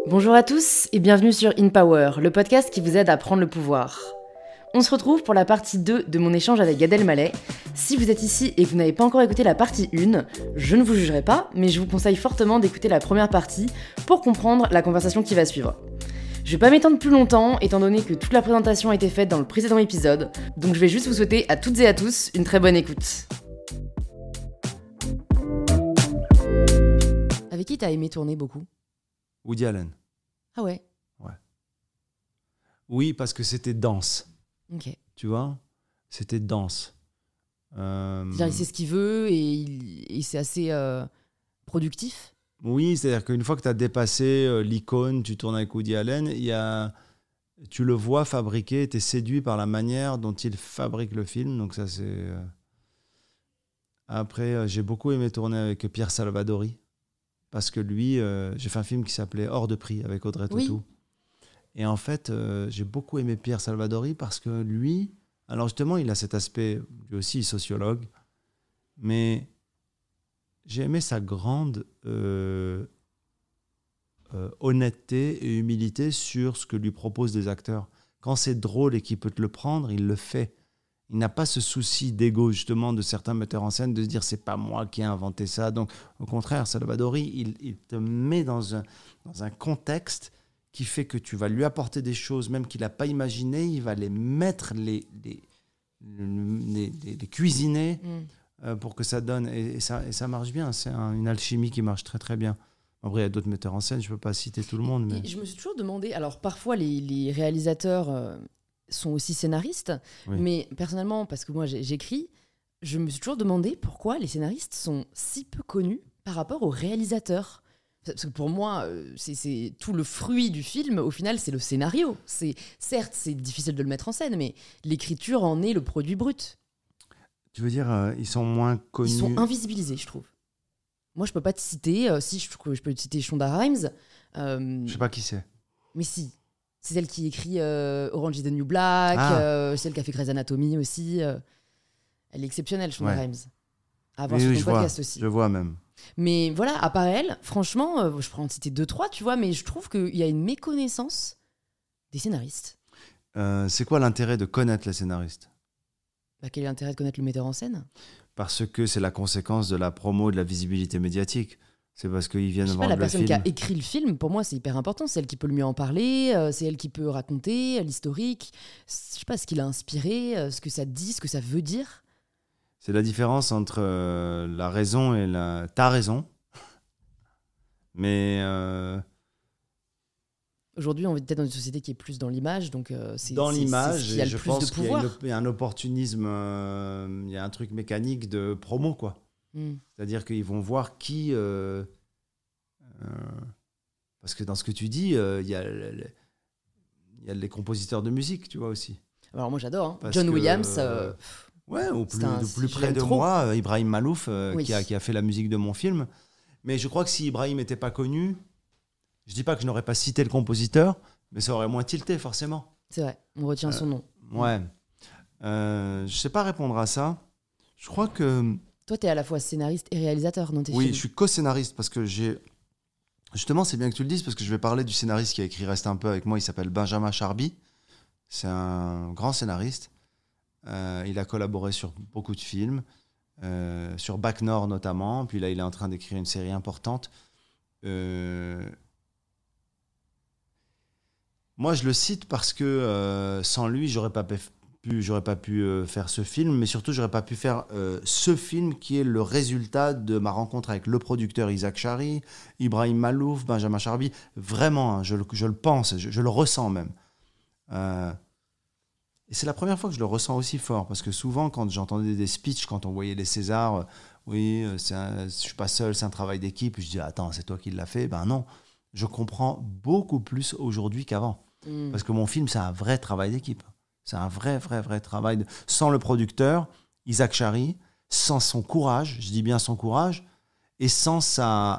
Bonjour à tous et bienvenue sur In Power, le podcast qui vous aide à prendre le pouvoir. On se retrouve pour la partie 2 de mon échange avec Gad Elmaleh. Si vous êtes ici et que vous n'avez pas encore écouté la partie 1, je ne vous jugerai pas, mais je vous conseille fortement d'écouter la première partie pour comprendre la conversation qui va suivre. Je vais pas m'étendre plus longtemps, étant donné que toute la présentation a été faite dans le précédent épisode, donc je vais juste vous souhaiter à toutes et à tous une très bonne écoute. Avec qui t'as aimé tourner beaucoup ? Woody Allen. Ah ouais. Oui, parce que c'était dense. Ok. Tu vois ? C'était dense. C'est-à-dire, il sait ce qu'il veut et c'est assez productif. Oui, c'est-à-dire qu'une fois que tu as dépassé l'icône, tu tournes avec Woody Allen, tu le vois fabriquer, tu es séduit par la manière dont il fabrique le film. Donc ça, c'est... Après, j'ai beaucoup aimé tourner avec Pierre Salvadori. Parce que lui, j'ai fait un film qui s'appelait Hors de prix avec Audrey Tautou. Oui. Et en fait, j'ai beaucoup aimé Pierre Salvadori parce que lui, alors justement, il a cet aspect, lui aussi sociologue, mais j'ai aimé sa grande honnêteté et humilité sur ce que lui proposent des acteurs. Quand c'est drôle et qu'il peut te le prendre, il le fait. Il n'a pas ce souci d'ego, justement, de certains metteurs en scène, de se dire « c'est pas moi qui ai inventé ça ». Donc, au contraire, Salvadori, il te met dans un contexte qui fait que tu vas lui apporter des choses, même qu'il n'a pas imaginées, il va les mettre, les cuisiner pour que ça donne. Et ça marche bien, c'est une alchimie qui marche très très bien. Après, il y a d'autres metteurs en scène, je ne peux pas citer tout le monde. Mais... Et je me suis toujours demandé, alors parfois les réalisateurs... sont aussi scénaristes, oui. Mais personnellement, parce que moi j'écris, je me suis toujours demandé pourquoi les scénaristes sont si peu connus par rapport aux réalisateurs. Parce que pour moi, c'est tout le fruit du film, au final, c'est le scénario. Certes, c'est difficile de le mettre en scène, mais l'écriture en est le produit brut. Tu veux dire, ils sont moins connus ? Ils sont invisibilisés, je trouve. Moi, je peux pas te citer, si je peux te citer Shonda Rhimes. Je sais pas qui c'est. Mais si. C'est celle qui écrit Orange is the New Black, celle qui a fait Grey's Anatomy aussi. Elle est exceptionnelle, Shonda Rhimes. À voir sur ton podcast aussi. Je vois même. Mais voilà, à part elle, franchement, je pourrais en citer 2-3, tu vois, mais je trouve qu'il y a une méconnaissance des scénaristes. C'est quoi l'intérêt de connaître les scénaristes ? Quel est l'intérêt de connaître le metteur en scène ? Parce que c'est la conséquence de la promo, de la visibilité médiatique. C'est parce qu'ils viennent vendre le film. La personne qui a écrit le film, pour moi, c'est hyper important. C'est elle qui peut le mieux en parler, c'est elle qui peut raconter l'historique. Je sais pas ce qu'il a inspiré, ce que ça dit, ce que ça veut dire. C'est la différence entre la raison et la... T'as raison. Mais... Aujourd'hui, on est peut-être dans une société qui est plus dans l'image, donc dans l'image, c'est ce qui a le je plus pense de pouvoir. qu'il y a un opportunisme, il y a un truc mécanique de promo, quoi. C'est-à-dire qu'ils vont voir qui... parce que dans ce que tu dis, il y a les compositeurs de musique, tu vois, aussi. Alors moi, j'adore. Hein. John Williams... ouais, au plus près de moi, Ibrahim Malouf, oui. qui a fait la musique de mon film. Mais je crois que si Ibrahim n'était pas connu, je ne dis pas que je n'aurais pas cité le compositeur, mais ça aurait moins tilté, forcément. C'est vrai, on retient son nom. Ouais. Je ne sais pas répondre à ça. Je crois que... Toi, tu es à la fois scénariste et réalisateur dans tes films. Oui, je suis co-scénariste parce que j'ai... Justement, c'est bien que tu le dises parce que je vais parler du scénariste qui a écrit Reste un peu avec moi. Il s'appelle Benjamin Charby. C'est un grand scénariste. Il a collaboré sur beaucoup de films, sur Bac Nord notamment. Puis là, il est en train d'écrire une série importante. Moi, je le cite parce que sans lui, j'aurais pas pu faire ce film, mais surtout, j'aurais pas pu faire ce film qui est le résultat de ma rencontre avec le producteur Isaac Chari, Ibrahim Malouf, Benjamin Charby. Vraiment, hein, je le pense, je le ressens même. Et c'est la première fois que je le ressens aussi fort, parce que souvent, quand j'entendais des speeches, quand on voyait les Césars, oui, je suis pas seul, c'est un travail d'équipe, je dis, attends, c'est toi qui l'as fait. Ben non, je comprends beaucoup plus aujourd'hui qu'avant. Parce que mon film, c'est un vrai travail d'équipe. C'est un vrai travail. Sans le producteur, Isaac Chari, sans son courage, je dis bien son courage, et sans sa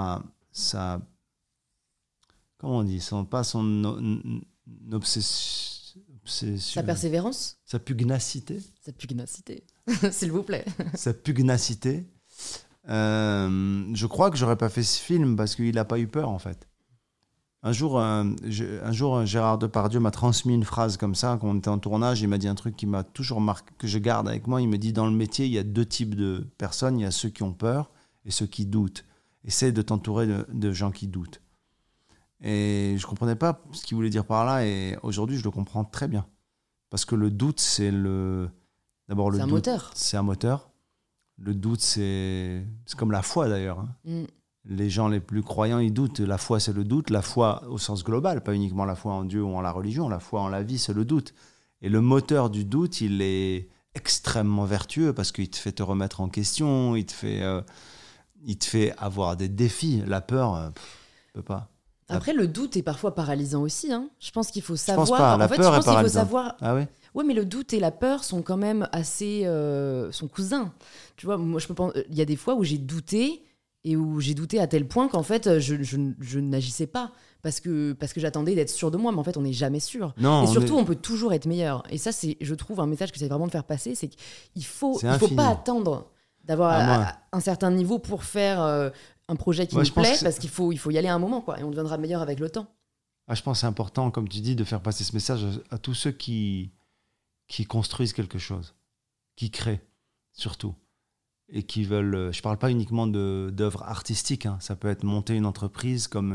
comment on dit, pas son obsession. Sa persévérance. Sa pugnacité. S'il vous plaît. Sa pugnacité. Je crois que j'aurais pas fait ce film parce qu'il n'a pas eu peur, en fait. Un jour, Gérard Depardieu m'a transmis une phrase comme ça, quand on était en tournage, il m'a dit un truc qui m'a toujours marqué, que je garde avec moi. Il me dit, dans le métier, il y a 2 types de personnes. Il y a ceux qui ont peur et ceux qui doutent. Essaie de t'entourer de gens qui doutent. Et je ne comprenais pas ce qu'il voulait dire par là, et aujourd'hui, je le comprends très bien. Parce que le doute, d'abord, le C'est un doute, moteur. c'est un moteur. Le doute, c'est comme la foi, d'ailleurs. Mm. Les gens les plus croyants, ils doutent. La foi, c'est le doute. La foi au sens global, pas uniquement la foi en Dieu ou en la religion. La foi en la vie, c'est le doute. Et le moteur du doute, il est extrêmement vertueux parce qu'il te fait te remettre en question, il te fait avoir des défis. La peur, peut pas. Après, le doute est parfois paralysant aussi. Hein. Je pense qu'il faut Je savoir. pense pas. La peur est qu'il faut paralysante. savoir. Ah oui. Ouais, mais le doute et la peur sont quand même assez son cousin. Tu vois, moi, je me pense. Il y a des fois où j'ai douté et où j'ai douté à tel point qu'en fait, je n'agissais pas parce que j'attendais d'être sûr de moi. Mais en fait, on n'est jamais sûr. Non, et surtout, on peut toujours être meilleur. Et ça, c'est, je trouve, un message que j'essaie vraiment de faire passer, c'est qu'il faut pas attendre d'avoir un certain niveau pour faire un projet qui nous plaît, parce qu'il faut y aller à un moment, quoi. Et on deviendra meilleur avec le temps. Ah, je pense que c'est important, comme tu dis, de faire passer ce message à tous ceux qui construisent quelque chose, qui créent, surtout. Et qui veulent... Je ne parle pas uniquement d'œuvres artistiques. Hein. Ça peut être monter une entreprise comme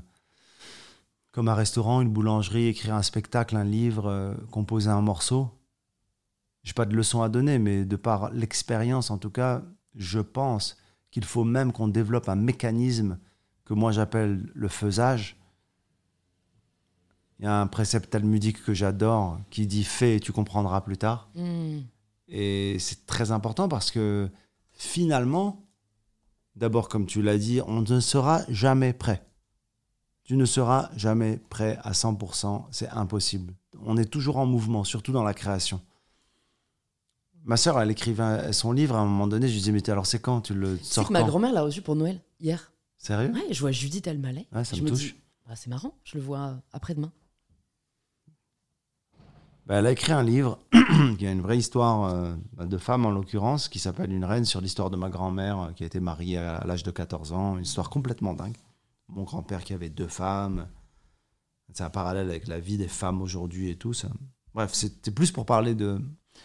un restaurant, une boulangerie, écrire un spectacle, un livre, composer un morceau. Je n'ai pas de leçon à donner, mais de par l'expérience, en tout cas, je pense qu'il faut même qu'on développe un mécanisme que moi j'appelle le faisage. Il y a un précepte talmudique que j'adore qui dit « fais et tu comprendras plus tard ». Et c'est très important parce que finalement, d'abord, comme tu l'as dit, on ne sera jamais prêt. Tu ne seras jamais prêt à 100%, c'est impossible. On est toujours en mouvement, surtout dans la création. Ma sœur, elle écrivait son livre, à un moment donné, je lui disais, mais alors c'est quand tu le sors quand ? Ma grand-mère l'a reçu pour Noël, hier. Sérieux ? Ouais, je vois Judith Elmaleh. Ouais, ça me touche. Dis, c'est marrant, je le vois après-demain. Elle a écrit un livre qui a une vraie histoire de femme, en l'occurrence, qui s'appelle Une reine, sur l'histoire de ma grand-mère qui a été mariée à l'âge de 14 ans. Une histoire complètement dingue. Mon grand-père qui avait 2 femmes. C'est un parallèle avec la vie des femmes aujourd'hui et tout ça. Bref, c'était plus pour parler de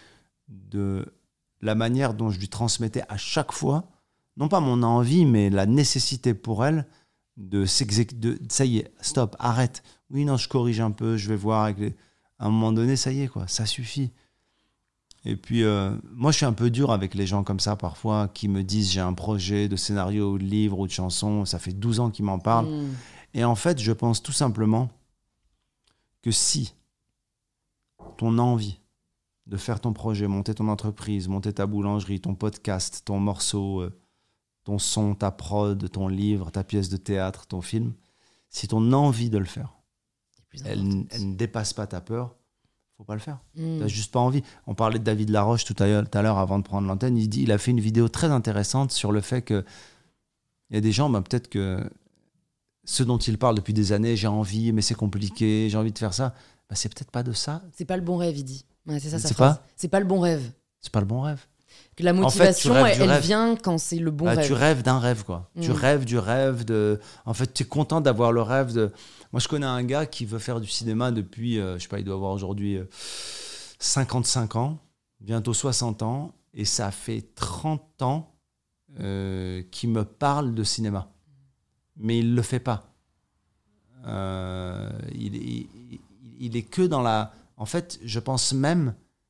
la manière dont je lui transmettais à chaque fois, non pas mon envie, mais la nécessité pour elle de s'exécuter. Ça y est, stop, arrête. Oui, non, je corrige un peu, je vais voir avec les... À un moment donné, ça y est, quoi, ça suffit. Et puis, moi, je suis un peu dur avec les gens comme ça, parfois, qui me disent, j'ai un projet de scénario ou de livre ou de chanson, ça fait 12 ans qu'ils m'en parlent. Et en fait, je pense tout simplement que si ton envie de faire ton projet, monter ton entreprise, monter ta boulangerie, ton podcast, ton morceau, ton son, ta prod, ton livre, ta pièce de théâtre, ton film, si ton envie de le faire, elle ne dépasse pas ta peur, faut pas le faire. T'as juste pas envie. On parlait de David Laroche tout à l'heure avant de prendre l'antenne. Il a fait une vidéo très intéressante sur le fait que il y a des gens, peut-être que ce dont il parle depuis des années, j'ai envie, mais c'est compliqué, j'ai envie de faire ça. C'est peut-être pas de ça. C'est pas le bon rêve, il dit. Ouais, c'est ça sa c'est phrase. Pas c'est pas le bon rêve. C'est pas le bon rêve. Que la motivation, en fait, elle vient quand c'est le bon rêve. Tu rêves d'un rêve, quoi. Tu rêves du rêve de... En fait, tu es content d'avoir le rêve de... Moi, je connais un gars qui veut faire du cinéma depuis, je sais pas, il doit avoir aujourd'hui 55 ans, bientôt 60 ans, et ça fait 30 ans qu'il me parle de cinéma. Mais il le fait pas. Il est que dans la... En fait, je pense même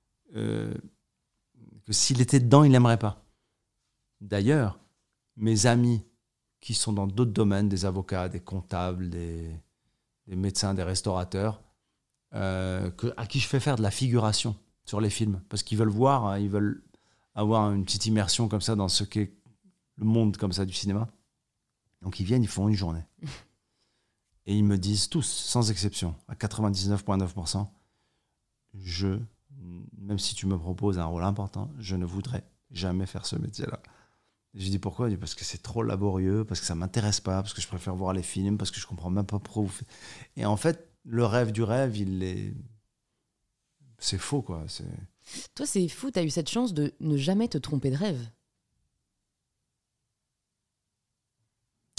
que s'il était dedans, il n'aimerait pas. D'ailleurs, mes amis qui sont dans d'autres domaines, des avocats, des comptables, des médecins, des restaurateurs, à qui je fais faire de la figuration sur les films, parce qu'ils veulent voir, hein, ils veulent avoir une petite immersion comme ça dans ce qu'est le monde comme ça du cinéma. Donc ils viennent, ils font une journée. Et ils me disent tous, sans exception, à 99,9%, même si tu me proposes un rôle important, je ne voudrais jamais faire ce métier-là. Je dis pourquoi ? Parce que c'est trop laborieux, parce que ça ne m'intéresse pas, parce que je préfère voir les films, parce que je ne comprends même pas pourquoi. Et en fait, le rêve du rêve, c'est faux, quoi. Toi, c'est fou, tu as eu cette chance de ne jamais te tromper de rêve.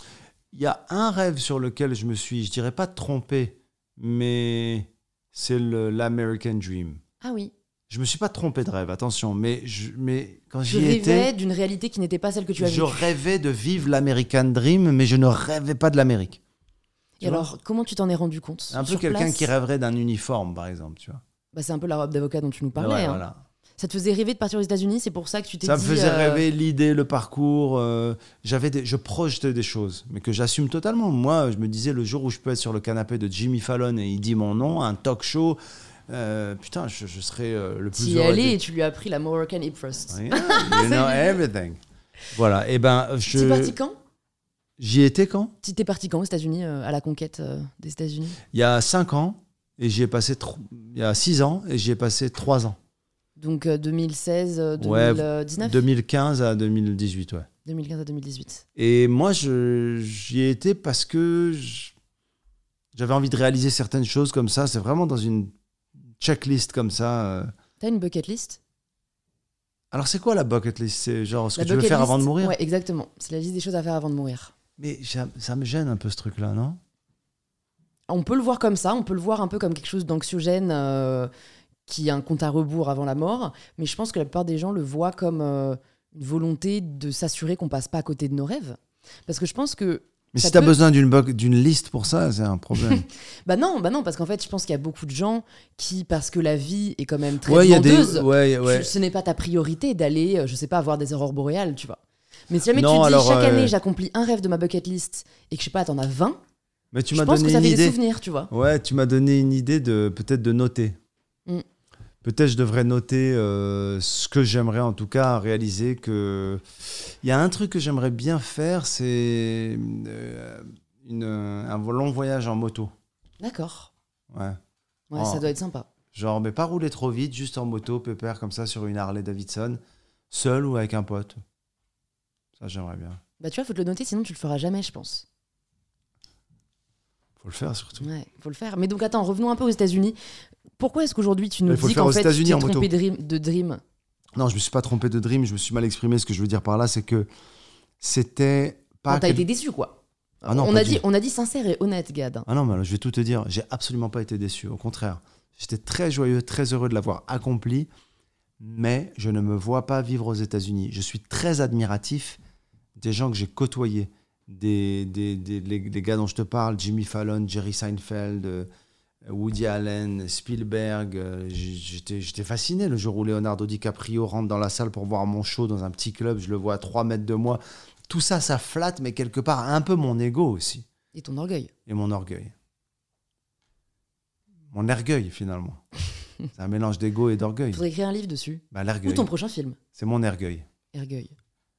il y a un rêve sur lequel je me suis, je dirais pas trompé, mais c'est l'American Dream. Ah oui. Je me suis pas trompé de rêve, attention, mais quand Tu j'y rêvais étais, d'une réalité qui n'était pas celle que tu as je vécue. rêvais de vivre l'American Dream, mais je ne rêvais pas de l'Amérique. Et Tu vois, alors, comment tu t'en es rendu compte? un peu Sur quelqu'un place qui rêverait d'un uniforme, par exemple, tu vois. Bah, c'est un peu la robe d'avocat dont tu nous parlais. Ouais, hein. voilà. Ça te faisait rêver de partir aux États-Unis, c'est pour ça que tu t'es Ça dit... me faisait rêver l'idée, le parcours. Je projetais des choses, mais que j'assume totalement. Moi, je me disais, le jour où je peux être sur le canapé de Jimmy Fallon et il dit mon nom, un talk show, putain, je serais le plus Tu y heureux. allais et tu lui as pris la Moroccan Hip Thrust. Yeah, you know everything. Voilà, et ben, T'es parti quand? J'y étais quand? Tu t'es parti quand aux États-Unis, à la conquête des États-Unis? Il y a 5 ans, et j'y ai passé... Il y a 6 ans, et j'y ai passé 3 ans. Donc 2016, Ouais, 2019 2015 à 2018, ouais. 2015 à 2018. Et moi, j'y ai été parce que j'avais envie de réaliser certaines choses comme ça. C'est vraiment dans une checklist comme ça. T'as une bucket list? Alors, c'est quoi la bucket list? C'est genre ce La que tu veux bucket faire list, avant de mourir? Ouais, exactement. C'est la liste des choses à faire avant de mourir. Mais ça me gêne un peu ce truc-là, non? On peut le voir comme ça, on peut le voir un peu comme quelque chose d'anxiogène qui a un compte à rebours avant la mort, mais je pense que la plupart des gens le voient comme une volonté de s'assurer qu'on passe pas à côté de nos rêves. Parce que je pense que... Mais ça si tu as peut- besoin d'une liste pour ça, c'est un problème. Bah non, parce qu'en fait, je pense qu'il y a beaucoup de gens qui, parce que la vie est quand même très Ouais, il y a des. demandeuse, Ouais. ce n'est pas ta priorité d'aller, je sais pas, avoir des aurores boréales, tu vois. Mais si jamais Non, tu dis, alors, chaque année, j'accomplis un rêve de ma bucket list, et que je sais pas, t'en as 20, Mais tu je m'as pense que donné ça une fait des idée. souvenirs, tu vois. Ouais, tu m'as donné une idée de peut-être de noter. Mm. Peut-être je devrais noter ce que j'aimerais en tout cas réaliser. Il y a un truc que j'aimerais bien faire, c'est un long voyage en moto. D'accord. Ouais. Ouais, Oh. ça doit être sympa. Genre, mais pas rouler trop vite, juste en moto, pépère comme ça sur une Harley Davidson, seul ou avec un pote. Ça, j'aimerais bien. Bah tu vois, faut te le noter, sinon tu le feras jamais, je pense. Faut le faire surtout. Ouais, faut le faire. Mais donc attends, revenons un peu aux États-Unis. Pourquoi est-ce qu'aujourd'hui tu nous Mais faut le dis faire qu'en aux fait tu États-Unis t'es en moto. trompé de dream? Non, je me suis pas trompé de dream, je me suis mal exprimé. Ce que je veux dire par là, c'est que c'était pas. Non, t'as été déçu, quoi. Ah non, on pas a du dit, on a dit sincère et honnête, Gad. Ah non, mais alors, je vais tout te dire. J'ai absolument pas été déçu. Au contraire, j'étais très joyeux, très heureux de l'avoir accompli. Mais je ne me vois pas vivre aux États-Unis. Je suis très admiratif des gens que j'ai côtoyés, les gars dont je te parle, Jimmy Fallon, Jerry Seinfeld, Woody Allen, Spielberg. J'étais fasciné le jour où Leonardo DiCaprio rentre dans la salle pour voir mon show dans un petit club. Je le vois à 3 mètres de moi. Tout ça, ça flatte, mais quelque part un peu mon ego aussi. Et ton orgueil. Et mon orgueil. Mon orgueil, finalement. C'est un mélange d'ego et d'orgueil. Faudrait écrire un livre dessus. Bah, Ou l'orgueil. ton prochain film. C'est mon orgueil. Orgueil.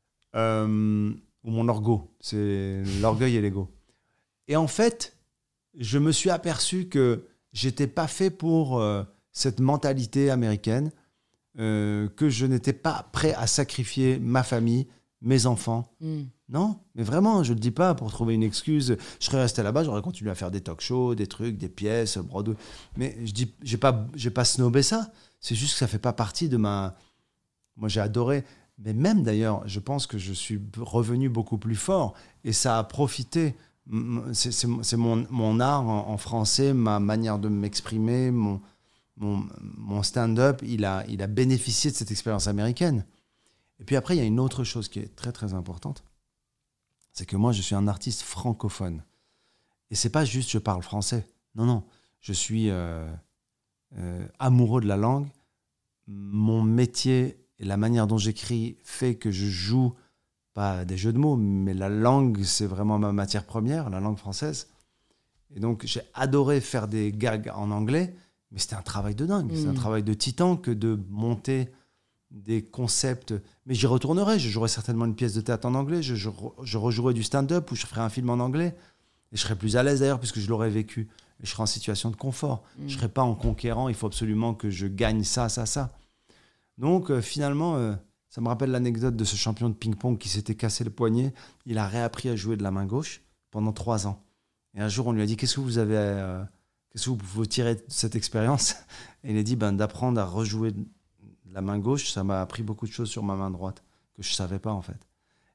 Ou mon orgo. C'est l'orgueil et l'ego. Et en fait, je me suis aperçu que j'étais pas fait pour cette mentalité américaine, que je n'étais pas prêt à sacrifier ma famille, mes enfants. Non, mais vraiment, je le dis pas pour trouver une excuse. Je serais resté là-bas, j'aurais continué à faire des talk shows, des trucs, des pièces, Broadway. Mais je dis, j'ai pas snobé ça. C'est juste que ça fait pas partie de ma. Moi, j'ai adoré. Mais même d'ailleurs, je pense que je suis revenu beaucoup plus fort et ça a profité. C'est mon art en français, ma manière de m'exprimer, mon stand-up, il a bénéficié de cette expérience américaine. Et puis après, il y a une autre chose qui est très très importante. C'est que moi, je suis un artiste francophone. Et c'est pas juste je parle français. Non, non. Je suis amoureux de la langue. Mon métier et la manière dont j'écris fait que je joue, pas des jeux de mots, mais la langue, c'est vraiment ma matière première, la langue française. Et donc, j'ai adoré faire des gags en anglais, mais c'était un travail de dingue. C'est un travail de titan que de monter des concepts. Mais j'y retournerai. Je jouerai certainement une pièce de théâtre en anglais. Je rejouerai du stand-up ou je ferai un film en anglais. Et je serai plus à l'aise d'ailleurs puisque je l'aurai vécu. Et je serai en situation de confort. Je ne serai pas en conquérant. Il faut absolument que je gagne ça. Donc finalement, ça me rappelle l'anecdote de ce champion de ping-pong qui s'était cassé le poignet. Il a réappris à jouer de la main gauche pendant 3 ans. Et un jour, on lui a dit, qu'est-ce que vous pouvez tirer de cette expérience? Et il a dit, d'apprendre à rejouer la main gauche, ça m'a appris beaucoup de choses sur ma main droite que je ne savais pas en fait.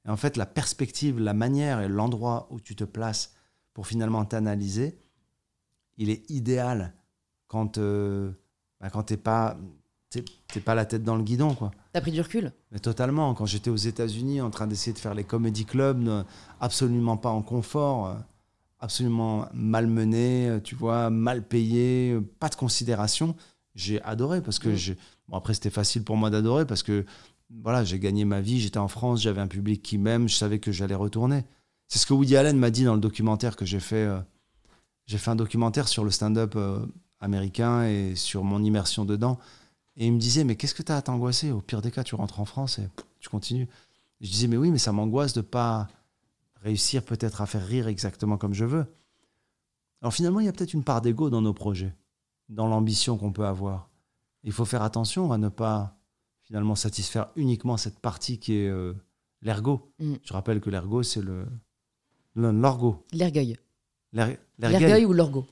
Et en fait, la perspective, la manière et l'endroit où tu te places pour finalement t'analyser, il est idéal quand t'es pas la tête dans le guidon, quoi. T'as pris du recul? Mais totalement. Quand j'étais aux États-Unis en train d'essayer de faire les comedy clubs, absolument pas en confort, absolument malmené, tu vois, mal payé, pas de considération, j'ai adoré parce que bon, après c'était facile pour moi d'adorer parce que voilà, j'ai gagné ma vie, j'étais en France, j'avais un public qui m'aime, je savais que j'allais retourner. C'est ce que Woody Allen m'a dit dans le documentaire que j'ai fait. J'ai fait un documentaire sur le stand-up américain et sur mon immersion dedans. Et il me disait, mais qu'est-ce que tu as à t'angoisser? Au pire des cas, tu rentres en France et tu continues. Et je disais, mais oui, mais ça m'angoisse de ne pas réussir peut-être à faire rire exactement comme je veux. Alors finalement, il y a peut-être une part d'ego dans nos projets, dans l'ambition qu'on peut avoir. Il faut faire attention à ne pas finalement satisfaire uniquement cette partie qui est l'ergo. Je rappelle que l'ergo, c'est l'orgo. L'ergueil. L'ergueil. L'ergueil ou l'orgo?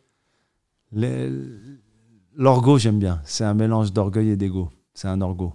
L'orgo, j'aime bien. C'est un mélange d'orgueil et d'ego. C'est un orgo.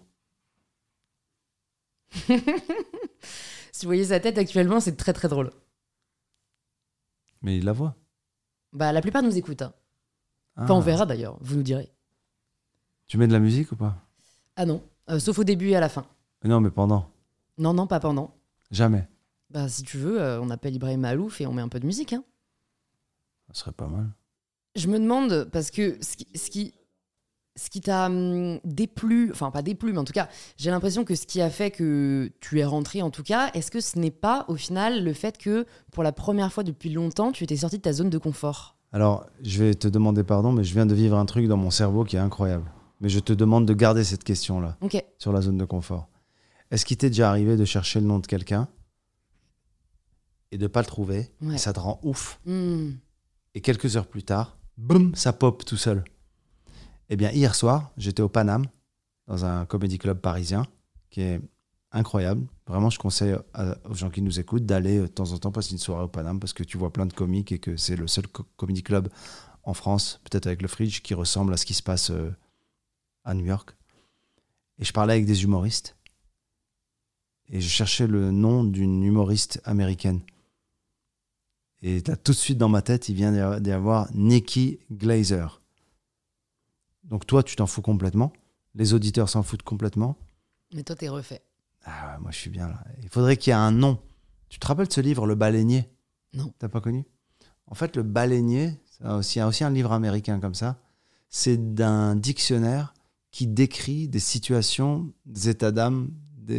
Si vous voyez sa tête actuellement, c'est très très drôle. Mais il la voit. Bah, la plupart nous écoutent. Hein. Enfin, on verra d'ailleurs, vous nous direz. Tu mets de la musique ou pas? Ah non, sauf au début et à la fin. Non, mais pendant. Non, pas pendant. Jamais. Bah, si tu veux, on appelle Ibrahim Malouf et on met un peu de musique. Hein. Ça serait pas mal. Je me demande, parce que ce qui t'a déplu, enfin pas déplu, mais en tout cas, j'ai l'impression que ce qui a fait que tu es rentré, en tout cas, est-ce que ce n'est pas, au final, le fait que, pour la première fois depuis longtemps, tu étais sorti de ta zone de confort? Alors, je vais te demander pardon, mais je viens de vivre un truc dans mon cerveau qui est incroyable. Mais je te demande de garder cette question-là, sur la zone de confort. Est-ce qu'il t'est déjà arrivé de chercher le nom de quelqu'un et de ne pas le trouver, et ça te rend ouf et quelques heures plus tard, boum, ça pop tout seul. Eh bien, hier soir, j'étais au Paname, dans un comedy club parisien, qui est incroyable. Vraiment, je conseille aux gens qui nous écoutent d'aller de temps en temps passer une soirée au Paname, parce que tu vois plein de comiques et que c'est le seul comedy club en France, peut-être avec le Fridge, qui ressemble à ce qui se passe à New York. Et je parlais avec des humoristes. Et je cherchais le nom d'une humoriste américaine. Et là, tout de suite dans ma tête, il vient d'y avoir Nikki Glaser. Donc toi, tu t'en fous complètement. Les auditeurs s'en foutent complètement. Mais toi, t'es refait. Ah ouais, moi, je suis bien là. Il faudrait qu'il y ait un nom. Tu te rappelles de ce livre, Le Baleinier? Non. T'as pas connu? En fait, Le Baleinier, il y a aussi un livre américain comme ça. C'est d'un dictionnaire qui décrit des situations, des états d'âme.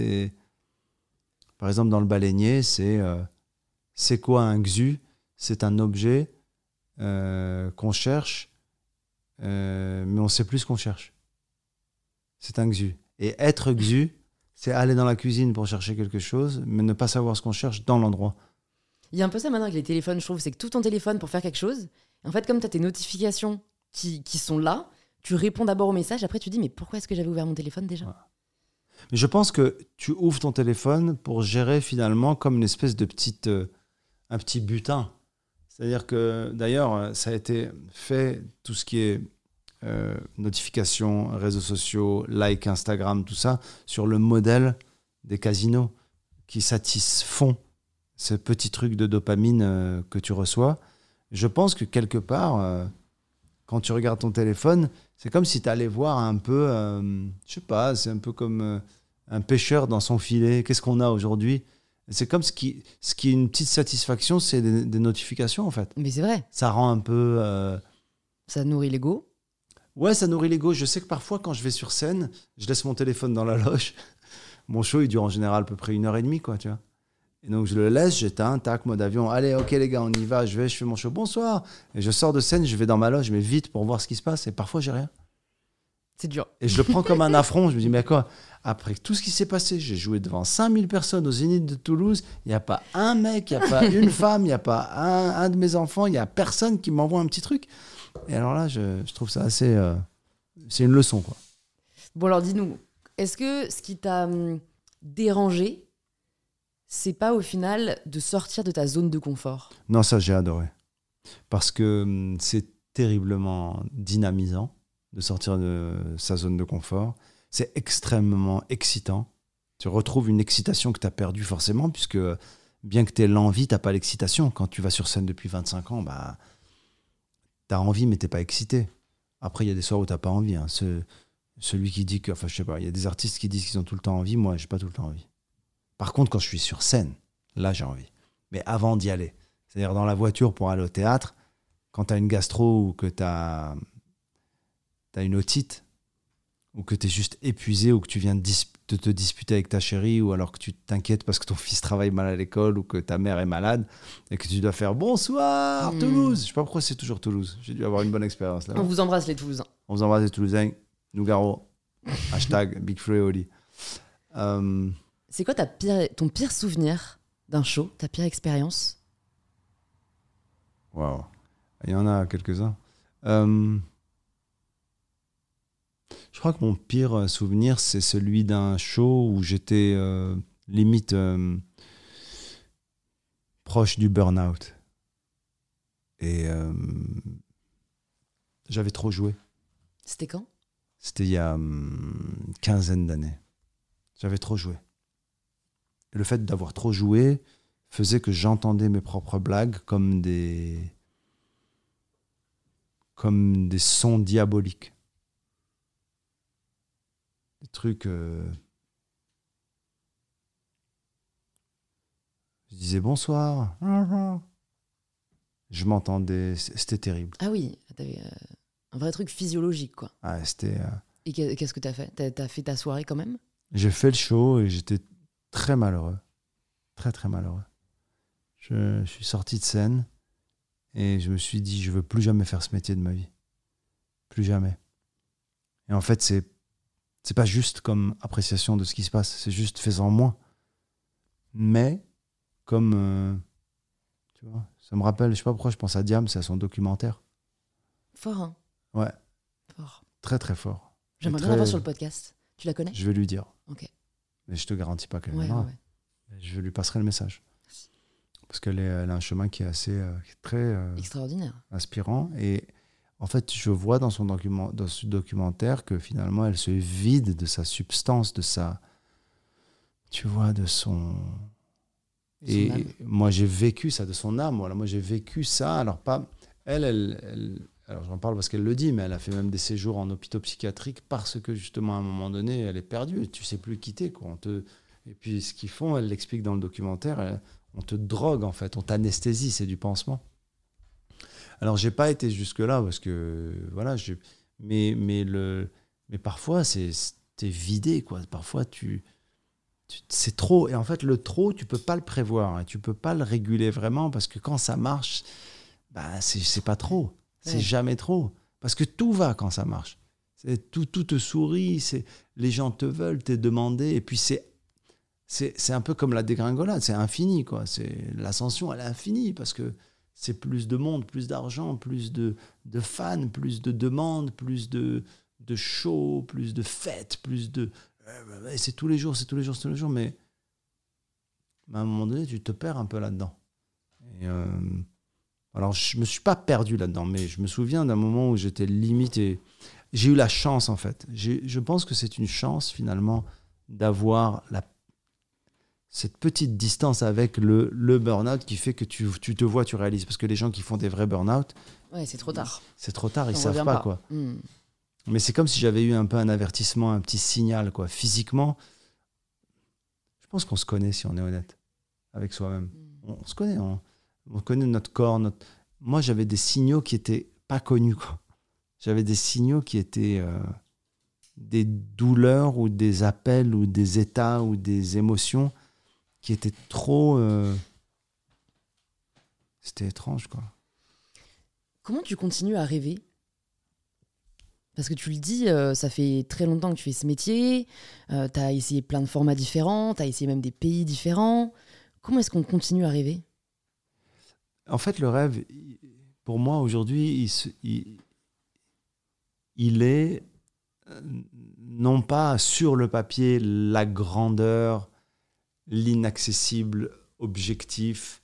Par exemple, dans Le Baleinier, c'est quoi un XU? C'est un objet qu'on cherche, mais on ne sait plus ce qu'on cherche. C'est un XU. Et être XU, c'est aller dans la cuisine pour chercher quelque chose, mais ne pas savoir ce qu'on cherche dans l'endroit. Il y a un peu ça maintenant avec les téléphones, je trouve. C'est que tout ton téléphone pour faire quelque chose. En fait, comme tu as tes notifications qui sont là, tu réponds d'abord au message, après tu dis, mais pourquoi est-ce que j'avais ouvert mon téléphone déjà? Voilà. Mais je pense que tu ouvres ton téléphone pour gérer finalement comme une espèce de un petit butin. C'est-à-dire que, d'ailleurs, ça a été fait, tout ce qui est notifications, réseaux sociaux, like, Instagram, tout ça, sur le modèle des casinos qui satisfont ce petit truc de dopamine que tu reçois. Je pense que quelque part, quand tu regardes ton téléphone, c'est comme si tu allais voir un peu, je sais pas, c'est un peu comme un pêcheur dans son filet. Qu'est-ce qu'on a aujourd'hui? C'est comme ce qui est une petite satisfaction, c'est des notifications en fait. Mais c'est vrai. Ça rend un peu... Ça nourrit l'ego. Ouais, ça nourrit l'ego. Je sais que parfois, quand je vais sur scène, je laisse mon téléphone dans la loge. Mon show, il dure en général à peu près 1h30, quoi, tu vois. Et donc, je le laisse, j'éteins, tac, mode avion. Allez, ok les gars, on y va, je fais mon show. Bonsoir. Et je sors de scène, je vais dans ma loge, mais vite pour voir ce qui se passe. Et parfois, j'ai rien. C'est dur. Et je le prends comme un affront. Je me dis, mais quoi? Après tout ce qui s'est passé, j'ai joué devant 5000 personnes au Zénith de Toulouse. Il n'y a pas un mec, il n'y a pas une femme, il n'y a pas un de mes enfants, il n'y a personne qui m'envoie un petit truc. Et alors là, je trouve ça assez... c'est une leçon, quoi. Bon, alors dis-nous, est-ce que ce qui t'a dérangé, c'est pas au final de sortir de ta zone de confort? Non, ça, j'ai adoré. Parce que c'est terriblement dynamisant de sortir de sa zone de confort. C'est extrêmement excitant. Tu retrouves une excitation que tu as perdue forcément, puisque bien que tu aies l'envie, tu n'as pas l'excitation. Quand tu vas sur scène depuis 25 ans, bah, tu as envie, mais tu n'es pas excité. Après, il y a des soirs où tu n'as pas envie. Hein. Celui qui dit que... Enfin, je sais pas, il y a des artistes qui disent qu'ils ont tout le temps envie. Moi, je n'ai pas tout le temps envie. Par contre, quand je suis sur scène, là, j'ai envie. Mais avant d'y aller, c'est-à-dire dans la voiture pour aller au théâtre, quand tu as une gastro ou que tu as une otite, ou que tu es juste épuisé, ou que tu viens de te disputer avec ta chérie, ou alors que tu t'inquiètes parce que ton fils travaille mal à l'école, ou que ta mère est malade, et que tu dois faire « Bonsoir, Toulouse !» Je sais pas pourquoi c'est toujours Toulouse. J'ai dû avoir une bonne expérience là. On vous embrasse les Toulousains. On vous embrasse les Toulousains. Nougaro. Hashtag Big Flo et Oli. C'est quoi ton pire souvenir d'un show, ta pire expérience? Waouh. Il y en a quelques-uns. Je crois que mon pire souvenir, c'est celui d'un show où j'étais limite proche du burn-out. Et j'avais trop joué. C'était quand? C'était il y a une quinzaine d'années. J'avais trop joué. Et le fait d'avoir trop joué faisait que j'entendais mes propres blagues comme des sons diaboliques. Des trucs... Je disais bonsoir. Je m'entendais. C'était terrible. Ah oui, t'avais un vrai truc physiologique, quoi. Ah, c'était... Et qu'est-ce que t'as fait? T'as fait ta soirée quand même? J'ai fait le show et j'étais très malheureux. Très, très malheureux. Je suis sorti de scène et je me suis dit, je veux plus jamais faire ce métier de ma vie. Plus jamais. Et en fait, c'est pas juste comme appréciation de ce qui se passe, c'est juste fais-en moins. Mais, comme... tu vois, ça me rappelle, je sais pas pourquoi je pense à Diam, c'est à son documentaire. Fort, hein? Ouais. Fort. Très, très fort. J'aimerais bien l'avoir sur le podcast. Tu la connais? Je vais lui dire. Ok. Mais je te garantis pas qu'elle Ouais. Je lui passerai le message. Parce qu'elle a un chemin qui est assez qui est très extraordinaire, inspirant. Et en fait, je vois dans ce documentaire que finalement, elle se vide de sa substance, de sa... Tu vois, de son... Et âme. moi, j'ai vécu ça, de son âme. Voilà. Moi, j'ai vécu ça. Alors, pas... Elle alors, j'en parle parce qu'elle le dit, mais elle a fait même des séjours en hôpitaux psychiatriques parce que, justement, à un moment donné, elle est perdue et tu sais plus quitter, quoi. Et puis, ce qu'ils font, elle l'explique dans le documentaire, on te drogue, en fait. On t'anesthésie, c'est du pansement. Alors, j'ai pas été jusque-là parce que, voilà, mais parfois, t'es vidé, quoi. Parfois, c'est trop. Et en fait, le trop, tu peux pas le prévoir. Hein. Tu peux pas le réguler vraiment parce que quand ça marche, bah, c'est pas trop. C'est jamais trop. Parce que tout va quand ça marche. Tout te sourit. Les gens te veulent, t'es demandé. Et puis, c'est un peu comme la dégringolade. C'est infini, quoi. L'ascension, elle est infinie parce que c'est plus de monde, plus d'argent, plus de fans, plus de demandes, plus de shows, plus de fêtes, plus de... C'est tous les jours, mais à un moment donné, tu te perds un peu là-dedans. Et alors, je me suis pas perdu là-dedans, mais je me souviens d'un moment où j'étais limité. J'ai eu la chance, en fait. Je pense que c'est une chance, finalement, d'avoir cette petite distance avec le burn-out qui fait que tu te vois, tu réalises. Parce que les gens qui font des vrais burn-out... Ouais, c'est trop tard. C'est trop tard, ils savent pas, quoi. Mais c'est comme si j'avais eu un peu un avertissement, un petit signal, quoi. Physiquement, je pense qu'on se connaît, si on est honnête, avec soi-même. On se connaît, on connaît notre corps. Moi, j'avais des signaux qui n'étaient pas connus, quoi. J'avais des signaux qui étaient des douleurs ou des appels ou des états ou des émotions qui étaient trop... C'était étrange, quoi. Comment tu continues à rêver? Parce que tu le dis, ça fait très longtemps que tu fais ce métier, tu as essayé plein de formats différents, tu as essayé même des pays différents. Comment est-ce qu'on continue à rêver? En fait, le rêve, pour moi, aujourd'hui, il est non pas sur le papier la grandeur, l'inaccessible objectif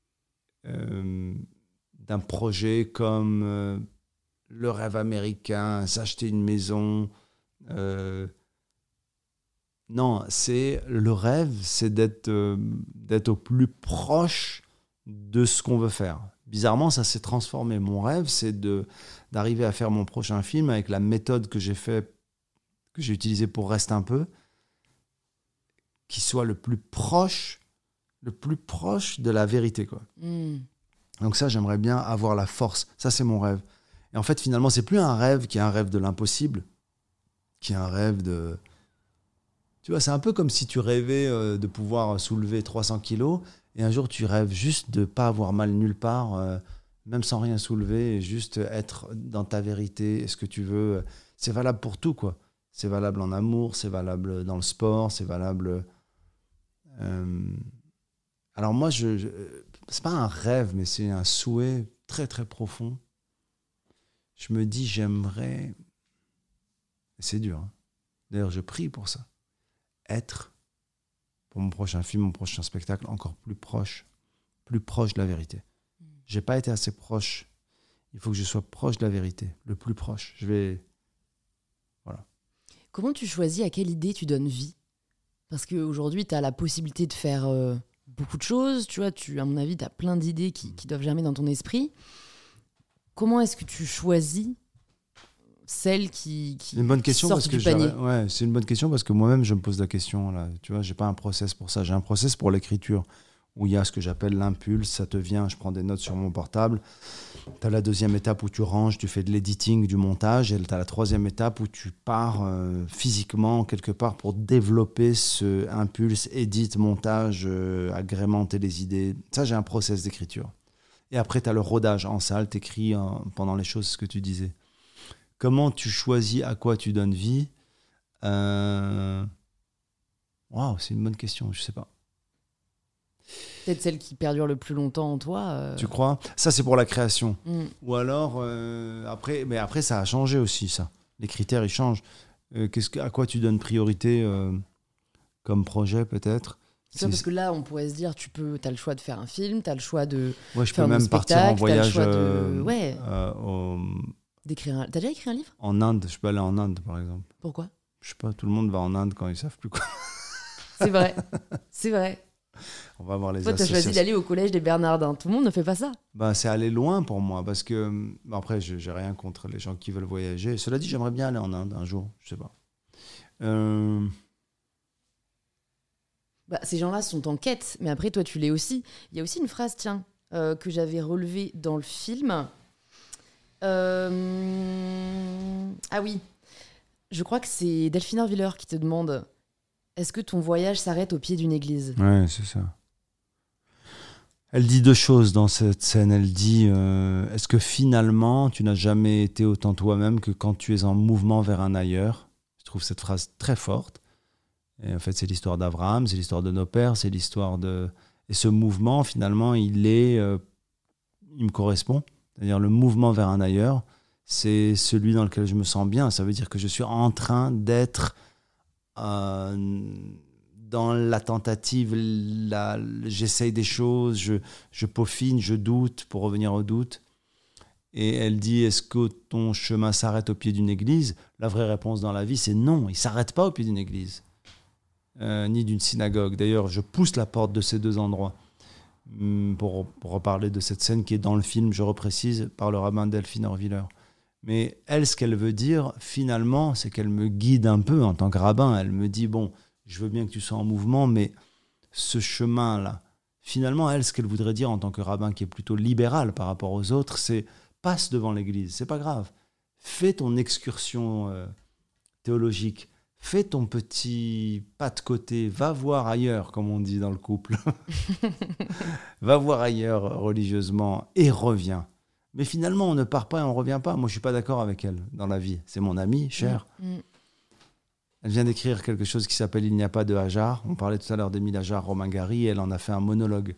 d'un projet comme le rêve américain, s'acheter une maison. Non, c'est le rêve, c'est d'être au plus proche de ce qu'on veut faire. Bizarrement, ça s'est transformé. Mon rêve, c'est d'arriver à faire mon prochain film avec la méthode que j'ai utilisée pour Reste un peu, qui soit le plus proche de la vérité, quoi. Donc ça, j'aimerais bien avoir la force. Ça, c'est mon rêve. Et en fait, finalement, c'est plus un rêve qui est un rêve de l'impossible, qui est un rêve de... Tu vois, c'est un peu comme si tu rêvais de pouvoir soulever 300 kilos et un jour, tu rêves juste de ne pas avoir mal nulle part, même sans rien soulever, et juste être dans ta vérité, ce que tu veux. C'est valable pour tout, quoi. C'est valable en amour, c'est valable dans le sport, c'est valable... Alors moi, c'est pas un rêve, mais c'est un souhait très, très profond. Je me dis, j'aimerais... C'est dur, hein. D'ailleurs, je prie pour ça. Être, pour mon prochain film, mon prochain spectacle, encore plus proche de la vérité. J'ai pas été assez proche. Il faut que je sois proche de la vérité, le plus proche. Voilà. Comment tu choisis à quelle idée tu donnes vie ? Parce qu'aujourd'hui, tu as la possibilité de faire beaucoup de choses. Tu vois, à mon avis, tu as plein d'idées qui doivent germer dans ton esprit. Comment est-ce que tu choisis celles qui c'est une bonne question sortent du panier ? Ouais, c'est une bonne question parce que moi-même, je me pose la question. Là. Tu vois, j'ai pas un process pour ça. J'ai un process pour l'écriture où il y a ce que j'appelle l'impulse. Ça te vient, je prends des notes sur mon portable. Tu as la deuxième étape où tu ranges, tu fais de l'editing, du montage. Et tu as la troisième étape où tu pars physiquement quelque part pour développer ce impulse, edit, montage, agrémenter les idées. Ça, j'ai un process d'écriture. Et après, tu as le rodage en salle. Tu écris pendant les choses, ce que tu disais. Comment tu choisis à quoi tu donnes vie ? Waouh, c'est une bonne question, je sais pas. Peut-être celle qui perdure le plus longtemps en toi. Tu crois ? Ça, c'est pour la création. Ou alors, après, ça a changé aussi, ça. Les critères, ils changent. À quoi tu donnes priorité comme projet, peut-être ? C'est parce que là, on pourrait se dire, t'as le choix de faire un film, t'as le choix de je faire peux un même partir en voyage. T'as déjà écrit un livre ? En Inde, je peux aller en Inde, par exemple. Pourquoi ? Je sais pas, tout le monde va en Inde quand ils savent plus quoi. C'est vrai, c'est vrai. On va voir les Toi, t'as choisi d'aller au collège des Bernardins. Tout le monde ne fait pas ça. C'est aller loin pour moi, parce que... Après, j'ai rien contre les gens qui veulent voyager. Cela dit, j'aimerais bien aller en Inde un jour, je sais pas. Ces gens-là sont en quête, mais après, toi, tu l'es aussi. Il y a aussi une phrase, tiens, que j'avais relevée dans le film... Ah oui, je crois que c'est Delphine Orviller qui te demande « Est-ce que ton voyage s'arrête au pied d'une église ?» Ouais, c'est ça. Elle dit deux choses dans cette scène. Elle dit est-ce que finalement, tu n'as jamais été autant toi-même que quand tu es en mouvement vers un ailleurs ? Je trouve cette phrase très forte. Et en fait, c'est l'histoire d'Abraham, c'est l'histoire de nos pères, c'est l'histoire de... Et ce mouvement, finalement, il me correspond. C'est-à-dire le mouvement vers un ailleurs, c'est celui dans lequel je me sens bien. Ça veut dire que je suis en train d'être dans la tentative, j'essaye des choses, je peaufine, je doute pour revenir au doute. Et elle dit, est-ce que ton chemin s'arrête au pied d'une église ? La vraie réponse dans la vie, c'est non, il ne s'arrête pas au pied d'une église, ni d'une synagogue. D'ailleurs, je pousse la porte de ces deux endroits. Pour reparler de cette scène qui est dans le film, je reprécise, par le rabbin Delphine Orviller. Mais elle, ce qu'elle veut dire, finalement, c'est qu'elle me guide un peu en tant que rabbin. Elle me dit, bon, je veux bien que tu sois en mouvement, mais ce chemin-là, finalement, elle, ce qu'elle voudrait dire en tant que rabbin qui est plutôt libéral par rapport aux autres, c'est passe devant l'église, c'est pas grave. Fais ton excursion théologique. Fais ton petit pas de côté, va voir ailleurs, comme on dit dans le couple. Va voir ailleurs religieusement et reviens. Mais finalement, on ne part pas et on ne revient pas. Moi, je ne suis pas d'accord avec elle dans la vie. C'est mon amie, chère. Elle vient d'écrire quelque chose qui s'appelle « Il n'y a pas de Hajar ». On parlait tout à l'heure d'Émile Ajar, Romain Gary. Elle en a fait un monologue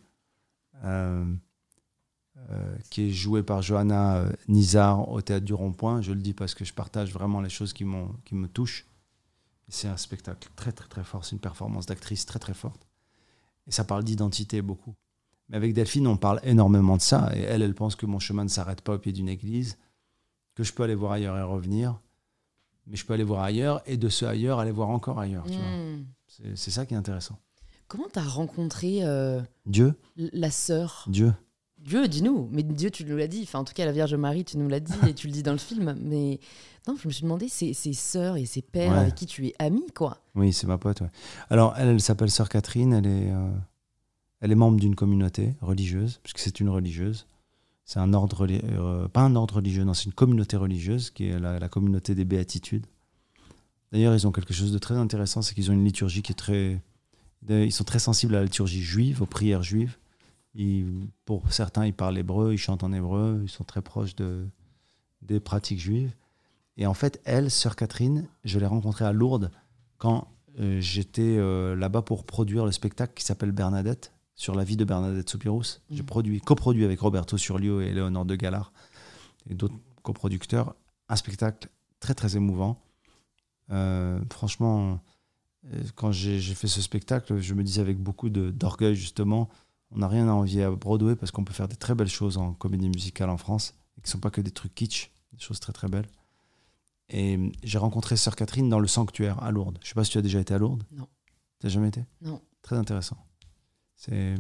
qui est joué par Johanna Nizar au Théâtre du Rond-Point. Je le dis parce que je partage vraiment les choses qui me touchent. C'est un spectacle très, très, très fort. C'est une performance d'actrice très, très forte. Et ça parle d'identité beaucoup. Mais avec Delphine, on parle énormément de ça. Et elle pense que mon chemin ne s'arrête pas au pied d'une église, que je peux aller voir ailleurs et revenir. Mais je peux aller voir ailleurs et de ce ailleurs, aller voir encore ailleurs. Tu vois. C'est ça qui est intéressant. Comment t'as rencontré Dieu. la sœur Dieu, dis-nous. Mais Dieu, tu nous l'as dit. Enfin, en tout cas, la Vierge Marie, tu nous l'as dit et tu le dis dans le film. Mais non, je me suis demandé, ces sœurs et ces pères Ouais. avec qui tu es ami, quoi. Oui, c'est ma pote. Ouais. Alors, elle s'appelle Sœur Catherine. Elle est membre d'une communauté religieuse, puisque c'est une religieuse. C'est un ordre, pas un ordre religieux, non, c'est une communauté religieuse qui est la communauté des béatitudes. D'ailleurs, ils ont quelque chose de très intéressant, c'est qu'ils ont une liturgie qui est très... Ils sont très sensibles à la liturgie juive, aux prières juives. Pour certains, ils parlent hébreu, ils chantent en hébreu, ils sont très proches des pratiques juives. Et en fait, elle, Sœur Catherine, je l'ai rencontrée à Lourdes quand j'étais là-bas pour produire le spectacle qui s'appelle Bernadette, sur la vie de Bernadette Soupirous. J'ai coproduit avec Roberto Surlio et Léonore de Galard et d'autres coproducteurs un spectacle très très émouvant. Franchement, quand j'ai fait ce spectacle, je me disais avec beaucoup d'orgueil justement, on n'a rien à envier à Broadway parce qu'on peut faire des très belles choses en comédie musicale en France et qui ne sont pas que des trucs kitsch, des choses très très belles. Et j'ai rencontré Sœur Catherine dans le sanctuaire à Lourdes. Je ne sais pas si tu as déjà été à Lourdes. Non. Tu n'as jamais été? Non. Très intéressant. C'est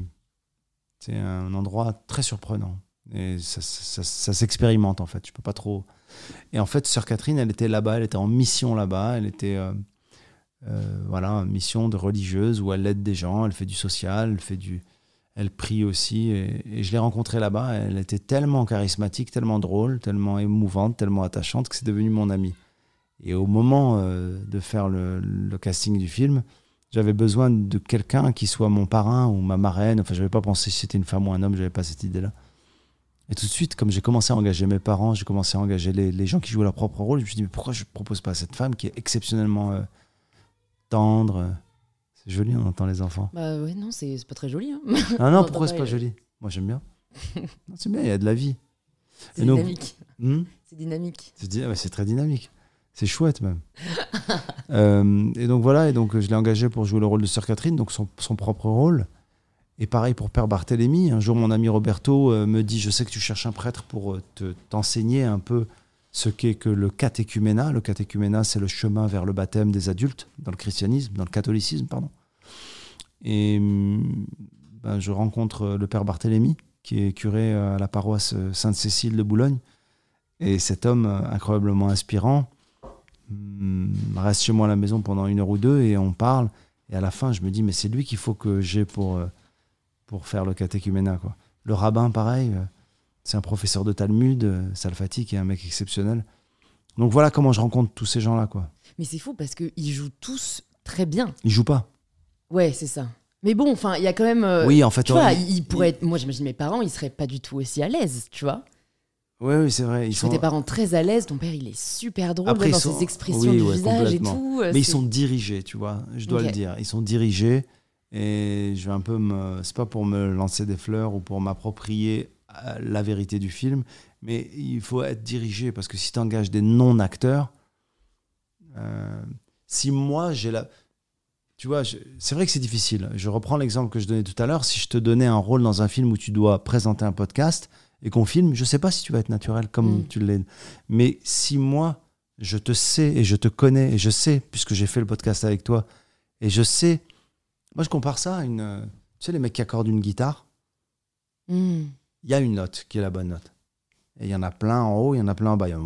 un endroit très surprenant. Et ça s'expérimente, en fait. Je peux pas trop... Et en fait, Sœur Catherine, elle était là-bas, elle était en mission là-bas. Elle était en mission de religieuse où elle aide des gens, elle fait du social, elle prie aussi. Et je l'ai rencontrée là-bas. Elle était tellement charismatique, tellement drôle, tellement émouvante, tellement attachante que c'est devenu mon amie. Et au moment de faire le casting du film, j'avais besoin de quelqu'un qui soit mon parrain ou ma marraine. Enfin, je n'avais pas pensé si c'était une femme ou un homme, je n'avais pas cette idée-là. Et tout de suite, comme j'ai commencé à engager mes parents, j'ai commencé à engager les gens qui jouent leur propre rôle, je me suis dit, mais pourquoi je ne propose pas à cette femme qui est exceptionnellement tendre. C'est joli, on entend les enfants. Bah ouais, non, c'est pas très joli. Hein. Ah non, pourquoi c'est pas joli? Moi, j'aime bien. Non, c'est bien, il y a de la vie. C'est Et donc, dynamique. C'est dynamique. C'est très dynamique. C'est chouette même. Et donc voilà, et donc je l'ai engagé pour jouer le rôle de Sœur Catherine, donc son propre rôle. Et pareil pour Père Barthélemy. Un jour, mon ami Roberto me dit, je sais que tu cherches un prêtre pour t'enseigner un peu ce qu'est que le catéchuménat. Le catéchuménat, c'est le chemin vers le baptême des adultes dans le christianisme, dans le catholicisme, pardon. Et je rencontre le Père Barthélemy, qui est curé à la paroisse Sainte-Cécile de Boulogne. Et cet homme incroyablement inspirant reste chez moi à la maison pendant 1 heure ou 2 et on parle. Et à la fin, je me dis, mais c'est lui qu'il faut que j'ai pour faire le catéchuménat, quoi. Le rabbin, pareil, c'est un professeur de Talmud, Salfati, qui est un mec exceptionnel. Donc voilà comment je rencontre tous ces gens-là, quoi. Mais c'est fou parce qu'ils jouent tous très bien. Ils jouent pas. Ouais, c'est ça. Mais bon, enfin, il y a quand même... Oui, en fait... Tu vois, ils pourraient être... Moi, j'imagine mes parents, ils seraient pas du tout aussi à l'aise, tu vois. Oui, c'est vrai. Je trouve tes parents très à l'aise. Ton père, il est super drôle. Après, dans ses expressions du visage et tout. Mais ils sont dirigés, tu vois. Je dois le dire. Ils sont dirigés. Et je vais un peu c'est pas pour me lancer des fleurs ou pour m'approprier la vérité du film, mais il faut être dirigé parce que si tu engages des non-acteurs, si moi j'ai la... Tu vois, c'est vrai que c'est difficile. Je reprends l'exemple que je donnais tout à l'heure. Si je te donnais un rôle dans un film où tu dois présenter un podcast et qu'on filme, je sais pas si tu vas être naturel comme tu l'es. Mais si moi, je te sais et je te connais et je sais, puisque j'ai fait le podcast avec toi, et je sais... Moi, je compare ça à tu sais, les mecs qui accordent une guitare. Il y a une note qui est la bonne note. Et il y en a plein en haut, il y en a plein en bas.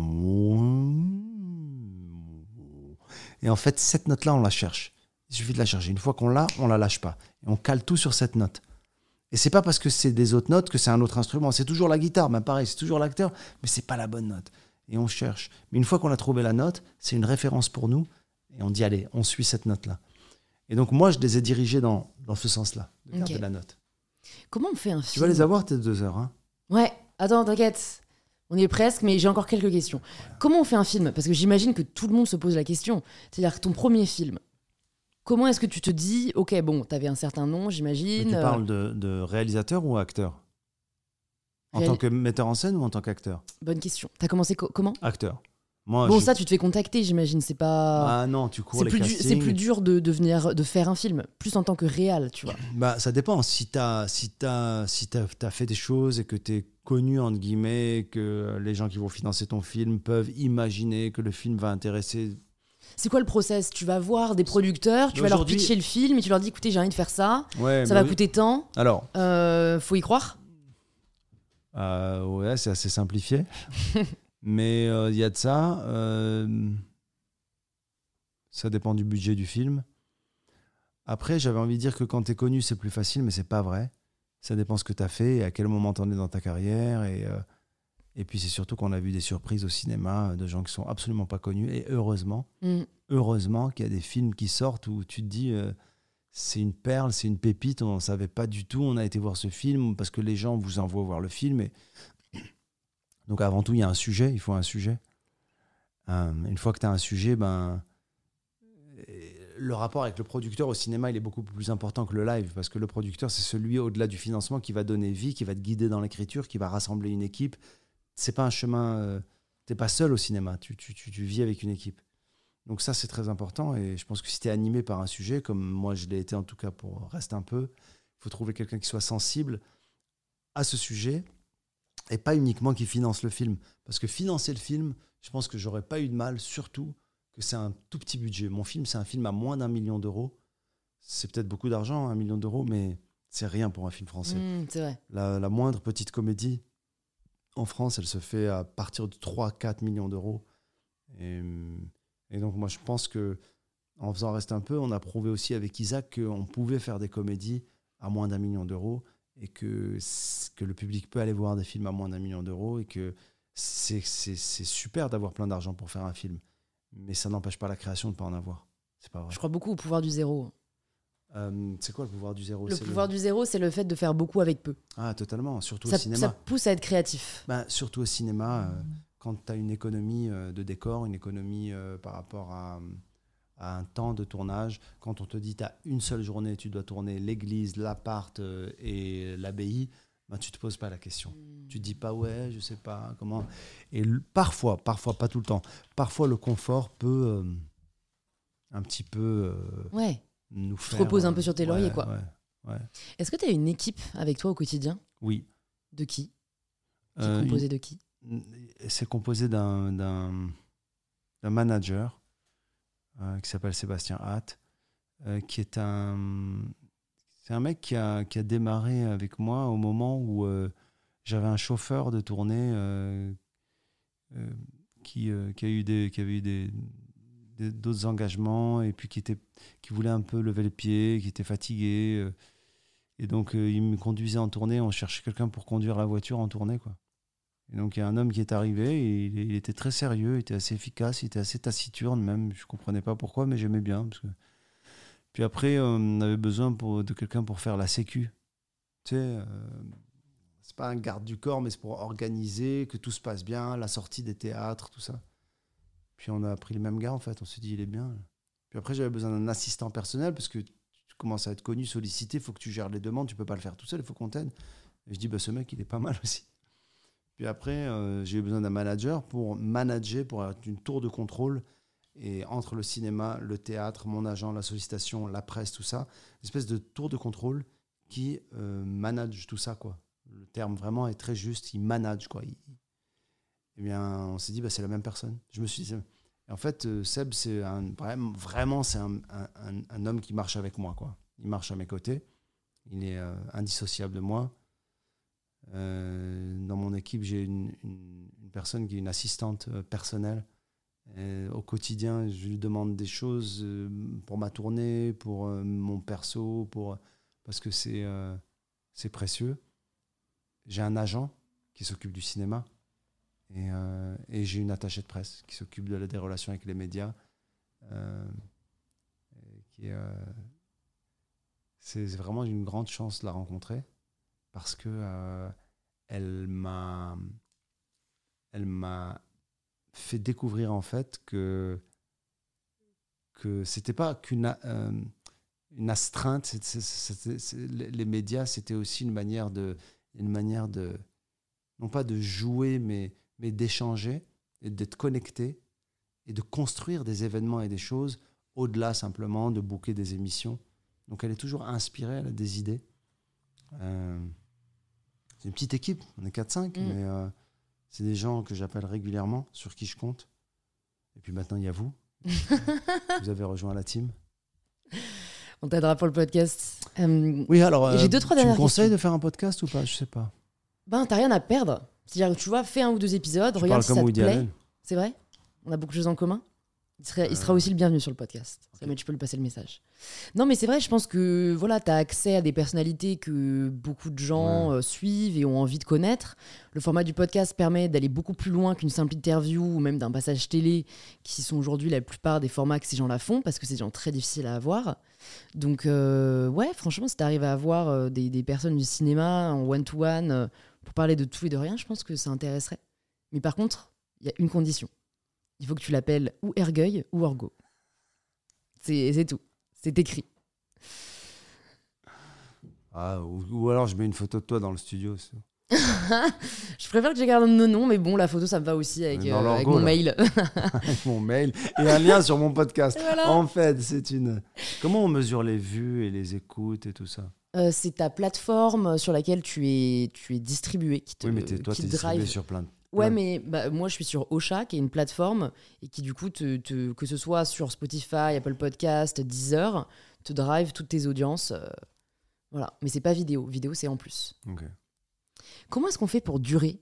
Et en fait, cette note-là, on la cherche. Il suffit de la chercher. Une fois qu'on l'a, on la lâche pas. Et on cale tout sur cette note. Et c'est pas parce que c'est des autres notes que c'est un autre instrument. C'est toujours la guitare, ben pareil, c'est toujours l'acteur, mais c'est pas la bonne note. Et on cherche. Mais une fois qu'on a trouvé la note, c'est une référence pour nous. Et on dit, allez, on suit cette note-là. Et donc, moi, je les ai dirigés dans ce sens-là, de garder la note. Comment on fait un film? Tu vas les avoir, tes 2 heures. Hein. Ouais, attends, t'inquiète. On y est presque, mais j'ai encore quelques questions. Comment on fait un film? Parce que j'imagine que tout le monde se pose la question. C'est-à-dire que ton premier film, comment est-ce que tu te dis, ok, bon, t'avais un certain nom, j'imagine. Mais tu parles de réalisateur ou acteur? En tant que metteur en scène ou en tant qu'acteur? Bonne question. T'as commencé comment? Acteur. Moi, bon, ça, tu te fais contacter, j'imagine. C'est pas. Ah non, tu cours les castings. C'est plus dur de faire un film, plus en tant que réal, tu vois. Bah, ça dépend. Si t'as fait des choses et que t'es connu, entre guillemets, que les gens qui vont financer ton film peuvent imaginer que le film va intéresser C'est quoi le process? Tu vas voir des producteurs, tu vas leur pitcher le film et tu leur dis écoutez, j'ai envie de faire ça, ça va coûter tant. Alors, faut y croire. Ouais, c'est assez simplifié. Mais il y a de ça. Ça dépend du budget du film. Après, j'avais envie de dire que quand t'es connu, c'est plus facile, mais c'est pas vrai. Ça dépend ce que t'as fait et à quel moment t'en es dans ta carrière. Et puis, c'est surtout qu'on a vu des surprises au cinéma de gens qui sont absolument pas connus. Et heureusement qu'il y a des films qui sortent où tu te dis c'est une perle, c'est une pépite, on n'en savait pas du tout. On a été voir ce film parce que les gens vous envoient voir le film. Donc, avant tout, il y a un sujet. Il faut un sujet. Une fois que tu as un sujet, le rapport avec le producteur au cinéma, il est beaucoup plus important que le live, parce que le producteur, c'est celui au-delà du financement qui va donner vie, qui va te guider dans l'écriture, qui va rassembler une équipe. C'est pas un chemin... t'es pas seul au cinéma, tu vis avec une équipe. Donc ça, c'est très important, et je pense que si t'es animé par un sujet, comme moi je l'ai été en tout cas pour Reste un peu, il faut trouver quelqu'un qui soit sensible à ce sujet, et pas uniquement qui finance le film. Parce que financer le film, je pense que j'aurais pas eu de mal, surtout que c'est un tout petit budget. Mon film, c'est un film à moins d'1 million d'euros. C'est peut-être beaucoup d'argent, 1 million d'euros, mais c'est rien pour un film français. C'est vrai. La moindre petite comédie en France, elle se fait à partir de 3-4 millions d'euros. Et donc, moi, je pense qu'en faisant Reste un peu, on a prouvé aussi avec Isaac qu'on pouvait faire des comédies à moins d'1 million d'euros et que le public peut aller voir des films à moins d'1 million d'euros et que c'est super d'avoir plein d'argent pour faire un film. Mais ça n'empêche pas la création de ne pas en avoir. C'est pas vrai. Je crois beaucoup au pouvoir du zéro. C'est quoi le pouvoir du zéro? Le pouvoir du zéro, c'est le fait de faire beaucoup avec peu. Ah, totalement. Surtout au cinéma. Ça pousse à être créatif. Surtout au cinéma, quand tu as une économie de décor, une économie par rapport à un temps de tournage. Quand on te dit tu as une seule journée, tu dois tourner l'église, l'appart et l'abbaye, tu ne te poses pas la question. Tu ne dis pas, ouais, je sais pas comment. Et parfois, pas tout le temps, parfois le confort peut un petit peu nous faire... Tu te reposes un peu sur tes lauriers, quoi. Ouais. Est-ce que tu as une équipe avec toi au quotidien? Oui. De qui? C'est composé de qui? C'est composé d'un manager qui s'appelle Sébastien Hatt, qui est C'est un mec qui a démarré avec moi au moment où j'avais un chauffeur de tournée qui avait eu d'autres engagements et puis qui voulait un peu lever le pied, qui était fatigué. Et donc, il me conduisait en tournée. On cherchait quelqu'un pour conduire la voiture en tournée, quoi. Et donc, il y a un homme qui est arrivé et il était très sérieux, il était assez efficace, il était assez taciturne même. Je ne comprenais pas pourquoi, mais j'aimais bien. Puis après, on avait besoin de quelqu'un pour faire la sécu. Tu sais, c'est pas un garde du corps, mais c'est pour organiser, que tout se passe bien, la sortie des théâtres, tout ça. Puis on a pris le même gars, en fait. On s'est dit, il est bien. Puis après, j'avais besoin d'un assistant personnel, parce que tu commences à être connu, sollicité, il faut que tu gères les demandes, tu peux pas le faire tout seul, il faut qu'on t'aide. Et je dis, ce mec, il est pas mal aussi. Puis après, j'ai eu besoin d'un manager pour manager, pour avoir une tour de contrôle. Et entre le cinéma, le théâtre, mon agent, la sollicitation, la presse, tout ça, une espèce de tour de contrôle qui manage tout ça, quoi. Le terme vraiment est très juste, il manage, quoi. Eh bien, on s'est dit, c'est la même personne. Je me suis dit, et en fait, Seb, c'est vraiment, c'est un homme qui marche avec moi, quoi. Il marche à mes côtés, il est indissociable de moi. Dans mon équipe, j'ai une personne qui est une assistante personnelle. Au quotidien, je lui demande des choses pour ma tournée, pour mon perso, parce que c'est précieux. J'ai un agent qui s'occupe du cinéma et j'ai une attachée de presse qui s'occupe des relations avec les médias. C'est vraiment une grande chance de la rencontrer parce que elle m'a fait découvrir en fait que c'était pas qu'une une astreinte, les médias, c'était aussi une manière de non pas de jouer mais d'échanger et d'être connecté et de construire des événements et des choses au-delà simplement de booker des émissions. Donc elle est toujours inspirée, elle a des idées. C'est une petite équipe, on est 4-5, mais c'est des gens que j'appelle régulièrement, sur qui je compte. Et puis maintenant, il y a vous. Vous avez rejoint la team? On t'aidera pour le podcast. Oui, alors, j'ai 2-3 tu dernières me conseilles questions. de faire un podcast ou pas? Je sais pas. Ben, t'as rien à perdre. C'est-à-dire que tu vois, fais 1 ou 2 épisodes, Tu regarde parles si comme ça te Woody plaît. Allen. C'est vrai? On a beaucoup de choses en commun. Il sera aussi le bienvenu sur le podcast. Ok. Mais tu peux lui passer le message. Non, mais c'est vrai, je pense que voilà, tu as accès à des personnalités que beaucoup de gens suivent et ont envie de connaître. Le format du podcast permet d'aller beaucoup plus loin qu'une simple interview ou même d'un passage télé, qui sont aujourd'hui la plupart des formats que ces gens-là font, parce que c'est des gens très difficiles à avoir. Donc, ouais, franchement, si tu arrives à avoir des personnes du cinéma en one-to-one pour parler de tout et de rien, je pense que ça intéresserait. Mais par contre, il y a une condition. Il faut que tu l'appelles ou Ergueil ou Orgo. C'est tout. C'est écrit. Ah, ou alors je mets une photo de toi dans le studio. Je préfère que j'ai gardé nos noms, mais bon, la photo, ça me va aussi avec l'orgo, mon là. mail. Avec mon mail et un lien sur mon podcast. Voilà. En fait, c'est une... Comment on mesure les vues et les écoutes et tout ça? C'est ta plateforme sur laquelle tu es distribué qui te, Oui, mais toi, qui t'es te distribué drive. sur plein de... Ouais, mais moi, je suis sur Ocha, qui est une plateforme, et qui, du coup, que ce soit sur Spotify, Apple Podcast, Deezer, te drive toutes tes audiences. Voilà. Mais c'est pas vidéo. Vidéo, c'est en plus. Ok. Comment est-ce qu'on fait pour durer?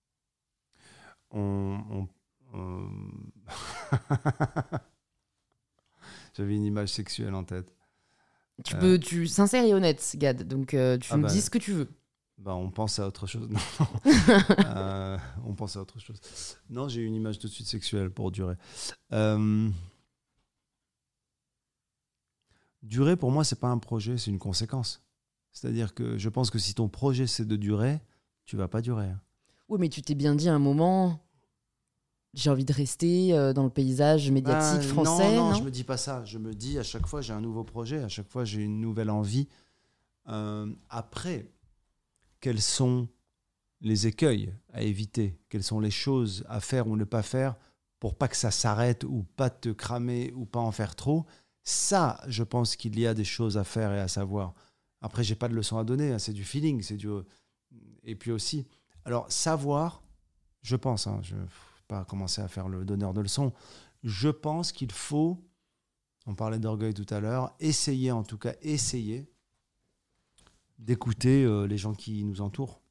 J'avais une image sexuelle en tête. Tu sincère et honnête, Gad. Donc, tu me dis ce que tu veux. Bah, on pense à autre chose. Non. On pense à autre chose. Non, j'ai une image tout de suite sexuelle pour durer. Durer, pour moi, c'est pas un projet, c'est une conséquence. C'est-à-dire que je pense que si ton projet, c'est de durer, tu vas pas durer. Oui, mais tu t'es bien dit à un moment, j'ai envie de rester dans le paysage médiatique français, non? Non, je me dis pas ça. Je me dis, à chaque fois, j'ai un nouveau projet, à chaque fois, j'ai une nouvelle envie. Après, quels sont les écueils à éviter? Quelles sont les choses à faire ou ne pas faire pour pas que ça s'arrête ou pas te cramer ou pas en faire trop? Ça, je pense qu'il y a des choses à faire et à savoir. Après, j'ai pas de leçon à donner, hein, c'est du feeling, et puis aussi, alors savoir, je pense, je ne vais pas commencer à faire le donneur de leçons, je pense qu'il faut, on parlait d'orgueil tout à l'heure, essayer d'écouter les gens qui nous entourent.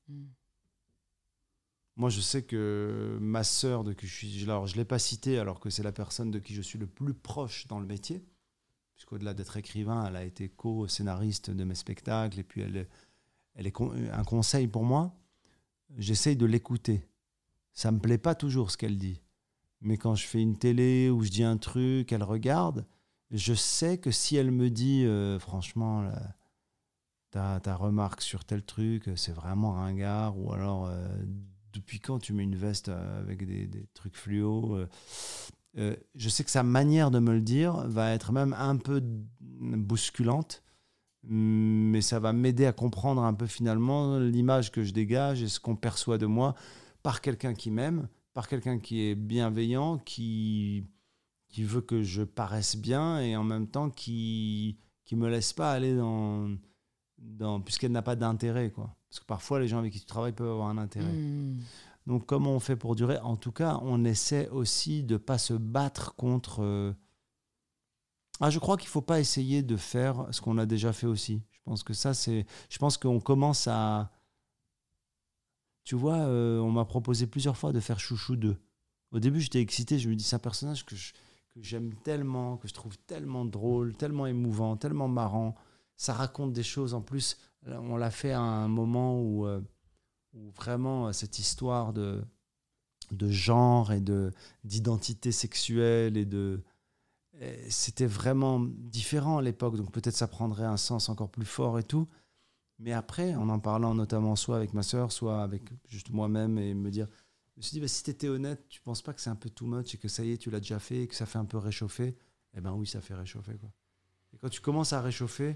Moi, je sais que ma sœur, alors je ne l'ai pas citée alors que c'est la personne de qui je suis le plus proche dans le métier, puisqu'au-delà d'être écrivain, elle a été co-scénariste de mes spectacles, et puis elle est un conseil pour moi. J'essaye de l'écouter. Ça ne me plaît pas toujours ce qu'elle dit. Mais quand je fais une télé ou je dis un truc, elle regarde, je sais que si elle me dit franchement, ta remarque sur tel truc, c'est vraiment ringard, ou alors depuis quand tu mets une veste avec des trucs fluo, je sais que sa manière de me le dire va être même un peu bousculante, mais ça va m'aider à comprendre un peu finalement l'image que je dégage et ce qu'on perçoit de moi par quelqu'un qui m'aime, par quelqu'un qui est bienveillant, qui veut que je paraisse bien et en même temps qui me laisse pas aller dans puisqu'elle n'a pas d'intérêt, quoi. Parce que parfois les gens avec qui tu travailles peuvent avoir un intérêt. Donc comment on fait pour durer? En tout cas, on essaie aussi de ne pas se battre contre... je crois qu'il ne faut pas essayer de faire ce qu'on a déjà fait aussi. Je pense que ça, c'est... Je pense qu'on commence à... Tu vois, on m'a proposé plusieurs fois de faire Chouchou 2. Au début, j'étais excité. Je me dis, c'est un personnage que j'aime tellement, que je trouve tellement drôle, tellement émouvant, tellement marrant. Ça raconte des choses. En plus, on l'a fait à un moment où vraiment cette histoire de genre et d'identité sexuelle c'était vraiment différent à l'époque, donc peut-être ça prendrait un sens encore plus fort et tout. Mais après, en parlant notamment soit avec ma sœur, soit avec juste moi-même, et me dire, je me suis dit, si tu étais honnête, tu penses pas que c'est un peu too much et que ça y est, tu l'as déjà fait et que ça fait un peu réchauffer? Eh ben oui, ça fait réchauffer, quoi. Et quand tu commences à réchauffer,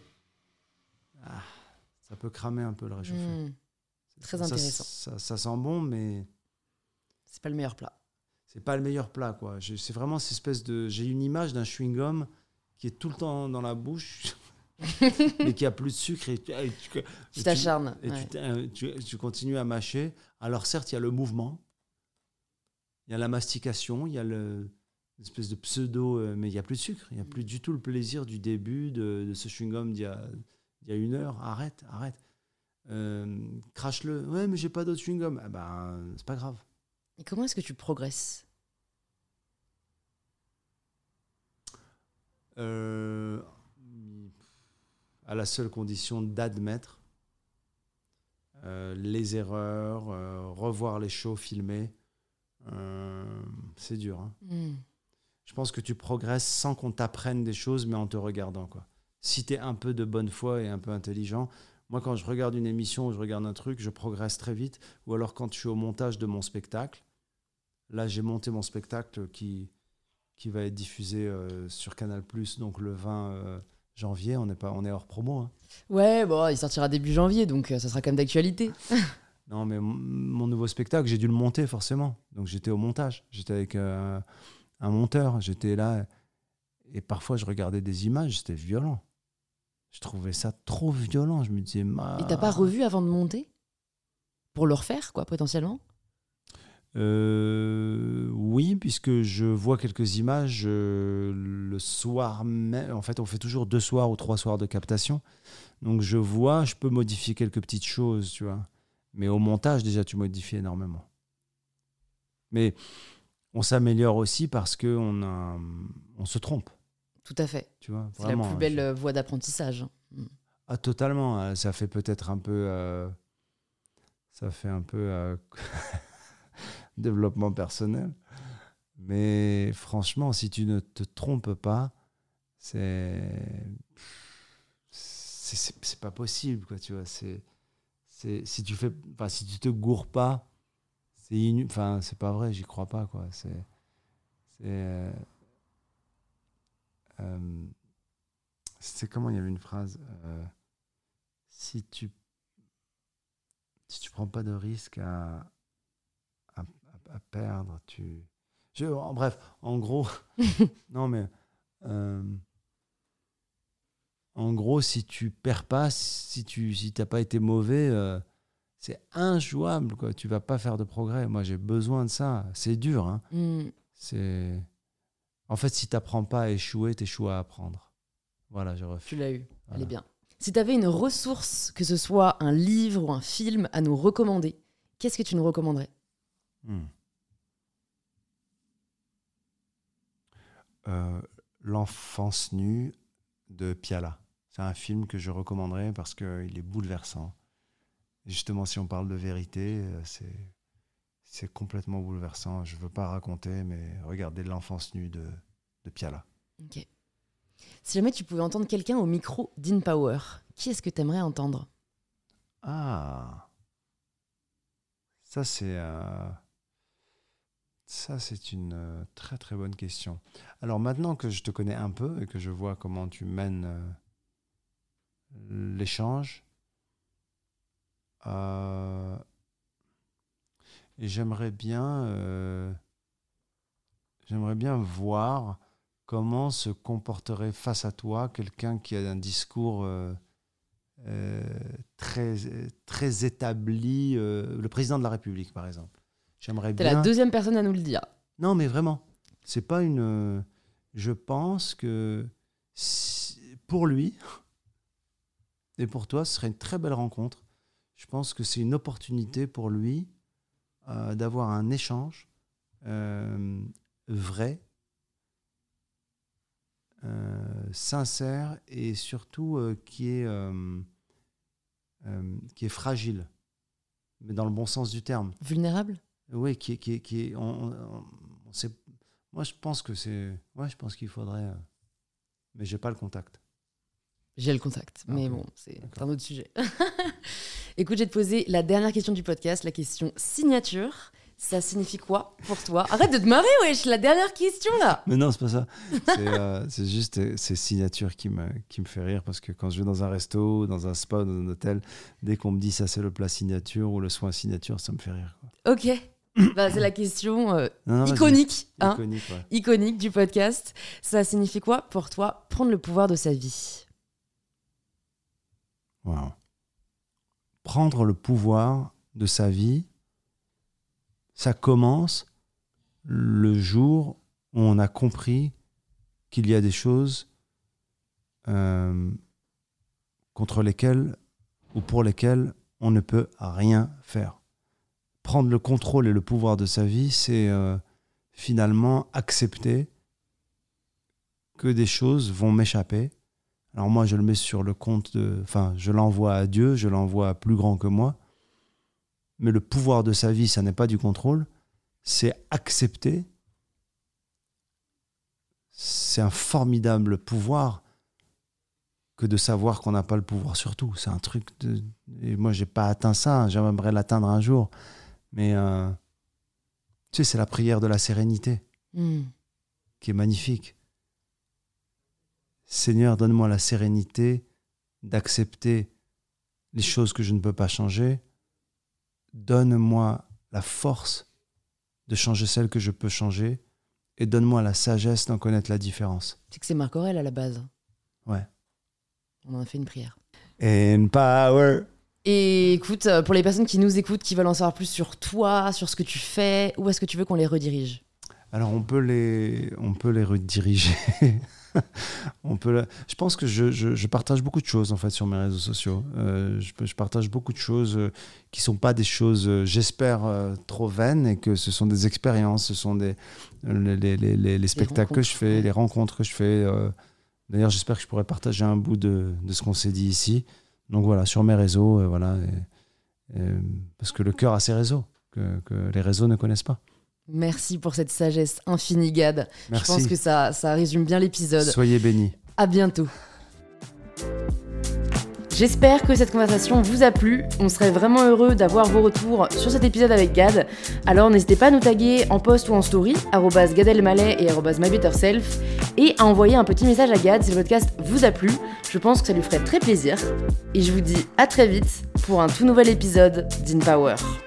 ça peut cramer un peu le réchauffé. Très intéressant. Ça sent bon, mais c'est pas le meilleur plat. C'est pas le meilleur plat, quoi. C'est vraiment cette espèce de... J'ai une image d'un chewing-gum qui est tout le temps dans la bouche, mais qui a plus de sucre. Et tu t'acharnes. Tu continues à mâcher. Alors certes, il y a le mouvement, il y a la mastication, il y a une espèce de pseudo, mais il n'y a plus de sucre, il n'y a plus du tout le plaisir du début de ce chewing-gum d'il y a 1 heure. Arrête. Crache-le. Ouais, mais j'ai pas d'autre chewing-gum. Ah ben, c'est pas grave. Et comment est-ce que tu progresses ? À la seule condition d'admettre les erreurs, revoir les shows filmés. C'est dur. Hein. Je pense que tu progresses sans qu'on t'apprenne des choses, mais en te regardant, quoi. Si tu es un peu de bonne foi et un peu intelligent, moi, quand je regarde une émission ou je regarde un truc, je progresse très vite. Ou alors, quand je suis au montage de mon spectacle, là, j'ai monté mon spectacle qui va être diffusé sur Canal+, donc le 20 janvier. On est hors promo. Hein. Ouais, bon, il sortira début janvier, donc ça sera quand même d'actualité. Non, mais mon nouveau spectacle, j'ai dû le monter, forcément. Donc, j'étais au montage. J'étais avec un monteur. J'étais là. Et parfois, je regardais des images. C'était violent. Je trouvais ça trop violent. Je me disais... Et t'as pas revu avant de monter ? Pour le refaire, quoi, potentiellement ? Oui, puisque je vois quelques images le soir même. En fait, on fait toujours 2 soirs ou 3 soirs de captation. Donc, je peux modifier quelques petites choses, tu vois. Mais au montage, déjà, tu modifies énormément. Mais on s'améliore aussi parce qu'on se trompe. Tout à fait. Tu vois, c'est vraiment, la plus belle voie d'apprentissage. Ah, totalement. Ça fait peut-être un peu... ça fait un peu... développement personnel. Mais franchement, si tu ne te trompes pas, c'est pas possible, quoi, tu vois. Si tu te gourres pas, c'est pas vrai, j'y crois pas, quoi. C'est comment, il y avait une phrase, si tu prends pas de risque à perdre, bref, en gros, non mais en gros, si tu perds pas, si t'as pas été mauvais, c'est injouable, quoi. Tu vas pas faire de progrès. Moi, j'ai besoin de ça. C'est dur, hein. En fait, si t'apprends pas à échouer, t'échoues à apprendre. Voilà, je refais. Tu l'as eu. Voilà. Elle est bien. Si t'avais une ressource, que ce soit un livre ou un film à nous recommander, qu'est-ce que tu nous recommanderais ? L'enfance nue de Piala. C'est un film que je recommanderais parce qu'il est bouleversant. Et justement, si on parle de vérité, c'est complètement bouleversant. Je ne veux pas raconter, mais regardez l'enfance nue de Piala. Ok. Si jamais tu pouvais entendre quelqu'un au micro d'InPower, qui est-ce que tu aimerais entendre ? Ah, ça c'est une très très bonne question. Alors maintenant que je te connais un peu et que je vois comment tu mènes l'échange, et j'aimerais bien voir comment se comporterait face à toi quelqu'un qui a un discours très, très établi, le président de la République par exemple. J'aimerais T'es la deuxième personne à nous le dire. Non, mais vraiment, c'est pas une... Je pense que pour lui et pour toi, ce serait une très belle rencontre. Je pense que c'est une opportunité pour lui d'avoir un échange vrai, sincère et surtout qui est fragile, mais dans le bon sens du terme. Vulnérable ? Oui, qui est moi, je pense que c'est... Ouais, je pense qu'il faudrait... Mais j'ai pas le contact. J'ai le contact, mais bon, c'est un autre sujet. Écoute, je vais te poser la dernière question du podcast, la question signature. Ça signifie quoi pour toi ? Arrête de te marrer, wesh, la dernière question, là. Mais non, c'est pas ça. C'est juste ces signatures qui me fait rire, parce que quand je vais dans un resto, dans un spa, dans un hôtel, dès qu'on me dit ça, c'est le plat signature ou le soin signature, ça me fait rire, quoi. Ok. Bah, c'est la question iconique, hein, iconique du podcast. Ça signifie quoi pour toi, prendre le pouvoir de sa vie ? Wow. Prendre le pouvoir de sa vie, ça commence le jour où on a compris qu'il y a des choses contre lesquelles ou pour lesquelles on ne peut rien faire. Prendre le contrôle et le pouvoir de sa vie, c'est finalement accepter que des choses vont m'échapper. Alors moi, je le mets sur le compte je l'envoie à Dieu, je l'envoie à plus grand que moi. Mais le pouvoir de sa vie, ça n'est pas du contrôle, c'est accepter. C'est un formidable pouvoir que de savoir qu'on n'a pas le pouvoir sur tout. C'est un truc et moi, j'ai pas atteint ça, j'aimerais l'atteindre un jour. Mais tu sais, c'est la prière de la sérénité qui est magnifique. Seigneur, donne-moi la sérénité d'accepter les choses que je ne peux pas changer. Donne-moi la force de changer celles que je peux changer et donne-moi la sagesse d'en connaître la différence. C'est que c'est Marc Aurèle à la base. Ouais. On en a fait une prière. In power. Et écoute, pour les personnes qui nous écoutent, qui veulent en savoir plus sur toi, sur ce que tu fais, où est-ce que tu veux qu'on les redirige ? Alors, on peut les rediriger. Je pense que je partage beaucoup de choses en fait sur mes réseaux sociaux. Je partage beaucoup de choses qui ne sont pas des choses, j'espère, trop vaines, et que ce sont des expériences, ce sont les spectacles que je fais, les rencontres que je fais. D'ailleurs, j'espère que je pourrai partager un bout de ce qu'on s'est dit ici. Donc voilà, sur mes réseaux, parce que le cœur a ses réseaux, que les réseaux ne connaissent pas. Merci pour cette sagesse infinie, Gad. Merci. Je pense que ça résume bien l'épisode. Soyez bénis. À bientôt. J'espère que cette conversation vous a plu. On serait vraiment heureux d'avoir vos retours sur cet épisode avec Gad. Alors n'hésitez pas à nous taguer en post ou en story, @GadElmaleh et @MyBetterSelf, et à envoyer un petit message à Gad si le podcast vous a plu. Je pense que ça lui ferait très plaisir. Et je vous dis à très vite pour un tout nouvel épisode d'InPower.